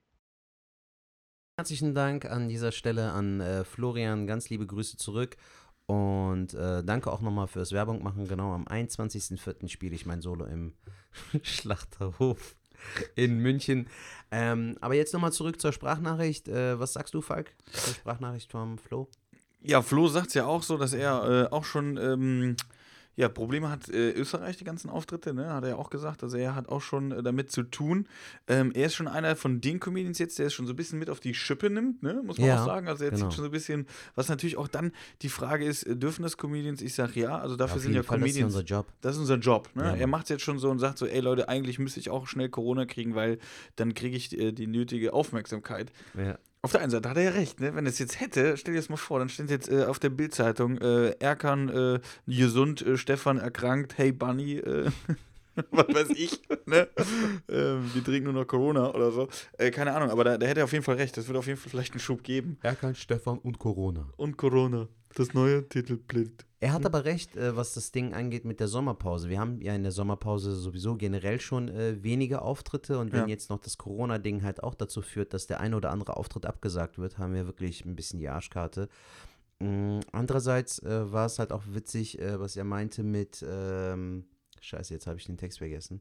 Herzlichen Dank an dieser Stelle an äh, Florian, ganz liebe Grüße zurück und äh, danke auch nochmal fürs Werbung machen. Genau, am einundzwanzigsten vierten spiele ich mein Solo im Schlachterhof in München. Ähm, aber jetzt nochmal zurück zur Sprachnachricht. Äh, was sagst du, Falk, zur Sprachnachricht vom Flo? Ja, Flo sagt es ja auch so, dass er äh, auch schon ähm, ja, Probleme hat, äh, Österreich, die ganzen Auftritte, ne, hat er ja auch gesagt. Also er hat auch schon äh, damit zu tun. Ähm, er ist schon einer von den Comedians jetzt, der es schon so ein bisschen mit auf die Schippe nimmt, ne, muss man Ja, auch sagen. Also er genau. zieht schon so ein bisschen, was natürlich auch dann die Frage ist, äh, dürfen das Comedians? Ich sage ja, also dafür Auf sind jeden ja Fall, das ist ja Comedians. unser Job. Das ist unser Job, ne? Ja, er Mann. macht es jetzt schon so und sagt so, ey Leute, eigentlich müsste ich auch schnell Corona kriegen, weil dann kriege ich äh, die nötige Aufmerksamkeit. Ja. Auf der einen Seite hat er ja recht, ne? Wenn er es jetzt hätte, stell dir das mal vor, dann steht jetzt äh, auf der Bildzeitung, äh, Erkan äh, gesund, äh, Stefan erkrankt, hey Bunny, äh, was weiß ich, ne? ähm, wir trinken nur noch Corona oder so. Äh, keine Ahnung, aber da, da hätte er auf jeden Fall recht. Das wird auf jeden Fall vielleicht einen Schub geben. Erkan, Stefan und Corona. Und Corona, das neue Titelbild. Er hat aber recht, äh, was das Ding angeht mit der Sommerpause. Wir haben ja in der Sommerpause sowieso generell schon äh, wenige Auftritte und wenn Ja. jetzt noch das Corona-Ding halt auch dazu führt, dass der eine oder andere Auftritt abgesagt wird, haben wir wirklich ein bisschen die Arschkarte. Mm, andererseits äh, war es halt auch witzig, äh, was er meinte mit, ähm, scheiße, jetzt habe ich den Text vergessen.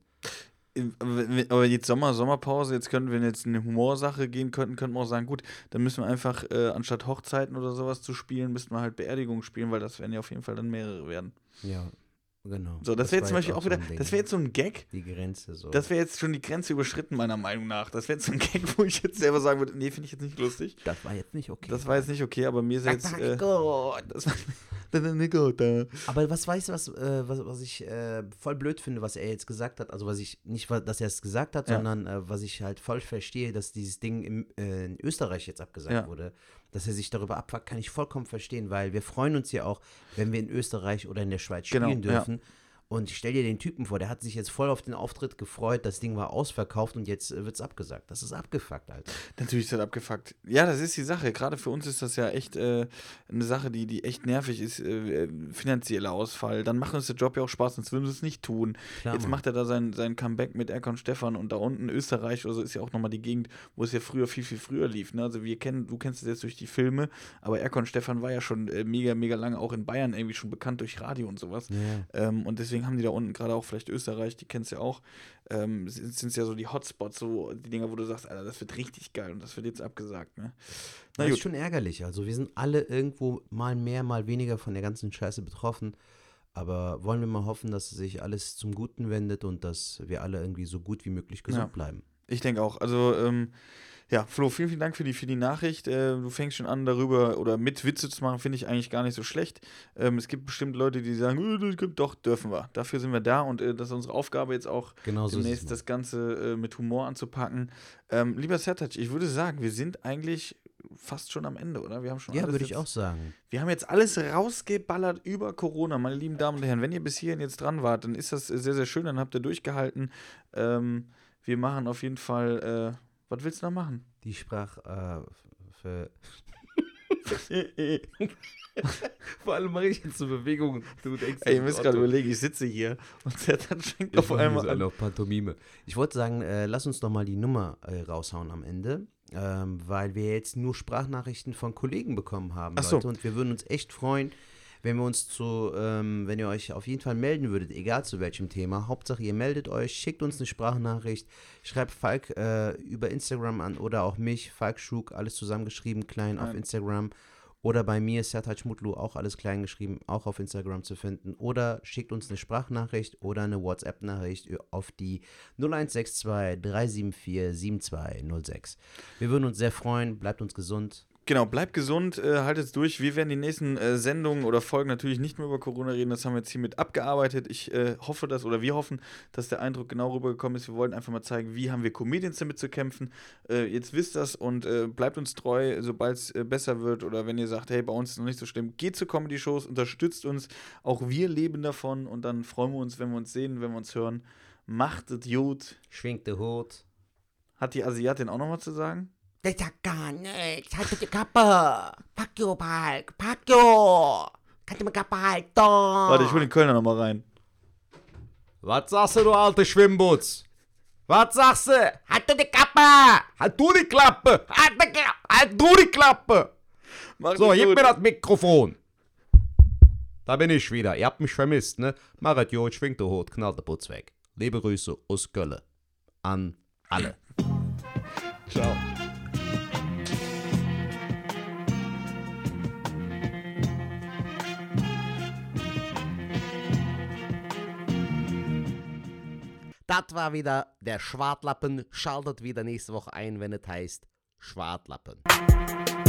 Aber jetzt Sommer, Sommerpause, jetzt könnten wir jetzt in eine Humorsache gehen könnten, könnten wir auch sagen, gut, dann müssen wir einfach, äh, anstatt Hochzeiten oder sowas zu spielen, müssten wir halt Beerdigungen spielen, weil das werden ja auf jeden Fall dann mehrere werden. Ja, genau. So, das wäre jetzt zum war Beispiel auch wieder, so ein Ding. das wäre jetzt so ein Gag, die Grenze so. das wäre jetzt schon die Grenze überschritten, meiner Meinung nach. Das wäre jetzt so ein Gag, wo ich jetzt selber sagen würde, nee, finde ich jetzt nicht lustig. Das war jetzt nicht okay. Das war jetzt nicht okay, aber mir ist Das jetzt, war äh, nicht gut. das war, das war nicht gut, äh. Aber was weißt du, was, äh, was, was ich äh, voll blöd finde, was er jetzt gesagt hat, also was ich, nicht, wa- dass er es gesagt hat, Ja. sondern äh, was ich halt voll verstehe, dass dieses Ding im, äh, in Österreich jetzt abgesagt Ja. wurde, dass er sich darüber abfuckt, kann ich vollkommen verstehen, weil wir freuen uns ja auch, wenn wir in Österreich oder in der Schweiz Genau, spielen ja. dürfen. Und stell dir den Typen vor, der hat sich jetzt voll auf den Auftritt gefreut, das Ding war ausverkauft und jetzt äh, wird's abgesagt. Das ist abgefuckt, Alter. Natürlich ist das abgefuckt. Ja, das ist die Sache. Gerade für uns ist das ja echt äh, eine Sache, die, die echt nervig ist. Äh, finanzieller Ausfall. Dann macht uns der Job ja auch Spaß, sonst würden wir es nicht tun. Klar, Jetzt Mann. macht er da sein, sein Comeback mit Erkan Stefan und da unten Österreich oder so ist ja auch nochmal die Gegend, wo es ja früher viel, viel früher lief. Ne? Also wir kennen, du kennst es jetzt durch die Filme, aber Erkan Stefan war ja schon äh, mega, mega lange auch in Bayern irgendwie schon bekannt durch Radio und sowas. Ja. Ähm, und deswegen haben die da unten gerade auch vielleicht Österreich, die kennst du ja auch, ähm, sind es ja so die Hotspots, so die Dinger, wo du sagst, Alter, das wird richtig geil und das wird jetzt abgesagt, ne? Na Das gut. ist schon ärgerlich. Also wir sind alle irgendwo mal mehr, mal weniger von der ganzen Scheiße betroffen. Aber wollen wir mal hoffen, dass sich alles zum Guten wendet und dass wir alle irgendwie so gut wie möglich gesund Ja. bleiben. Ich denke auch. Also, ähm, Ja, Flo, vielen, vielen Dank für die, für die Nachricht. Äh, du fängst schon an, darüber oder mit Witze zu machen, finde ich eigentlich gar nicht so schlecht. Ähm, es gibt bestimmt Leute, die sagen, äh, doch, dürfen wir. Dafür sind wir da und äh, das ist unsere Aufgabe jetzt auch, Genau so demnächst ist es das Ganze äh, mit Humor anzupacken. Ähm, lieber Sertac, ich würde sagen, wir sind eigentlich fast schon am Ende, oder? Wir haben schon Ja, alles würde ich jetzt, auch sagen. Wir haben jetzt alles rausgeballert über Corona, meine lieben Damen und Herren. Wenn ihr bis hierhin jetzt dran wart, dann ist das sehr, sehr schön, dann habt ihr durchgehalten. Ähm, wir machen auf jeden Fall, äh, was willst du noch machen? Die Sprach, äh, für Vor allem mache ich jetzt so Bewegungen. Du denkst, Ey, ihr müsst gerade überlegen, ich sitze hier und Sertac fängt auf einmal an. Auf Pantomime. Ich wollte sagen, äh, lass uns doch mal die Nummer äh, raushauen am Ende, ähm, weil wir jetzt nur Sprachnachrichten von Kollegen bekommen haben, Ach so. Leute. Und wir würden uns echt freuen, wenn wir uns zu, ähm, wenn ihr euch auf jeden Fall melden würdet, egal zu welchem Thema. Hauptsache, ihr meldet euch, schickt uns eine Sprachnachricht, schreibt Falk äh, über Instagram an oder auch mich, Falk Schug, alles zusammengeschrieben, klein auf Nein. Instagram. Oder bei mir, Sertac Mutlu, auch alles klein geschrieben, auch auf Instagram zu finden. Oder schickt uns eine Sprachnachricht oder eine WhatsApp-Nachricht auf die null eins sechs zwei drei sieben vier sieben zwei null sechs. Wir würden uns sehr freuen, bleibt uns gesund. Genau, bleibt gesund, äh, haltet's durch. Wir werden die nächsten äh, Sendungen oder Folgen natürlich nicht mehr über Corona reden. Das haben wir jetzt hiermit abgearbeitet. Ich äh, hoffe, dass, oder wir hoffen, dass der Eindruck genau rübergekommen ist. Wir wollten einfach mal zeigen, wie haben wir Comedians damit zu kämpfen. Äh, jetzt wisst das und äh, bleibt uns treu, sobald es äh, besser wird. Oder wenn ihr sagt, hey, bei uns ist es noch nicht so schlimm, geht zu Comedy-Shows, unterstützt uns. Auch wir leben davon und dann freuen wir uns, wenn wir uns sehen, wenn wir uns hören. Macht es gut. Schwingt der Hut. Hat die Asiatin auch noch was zu sagen? Das sagt gar nichts. Haltet die Kappe. Pack you, Palk. Pack you. Kannst du mir Kappe halten? Warte, ich hol den Kölner nochmal rein. Was sagst du, du alte Schwimmbutz? Was sagst du? Halt du die Kappe. Halt du die Klappe. Halt, die, halt du die Klappe. Macht So, es gib gut. mir das Mikrofon. Da bin ich wieder. Ihr habt mich vermisst, ne? Machet gut, schwingt der Hut, knallt der Putz weg. Liebe Grüße aus Köln. An alle. Ciao. Das war wieder der Schwartlappen. Schaltet wieder nächste Woche ein, wenn es heißt Schwartlappen.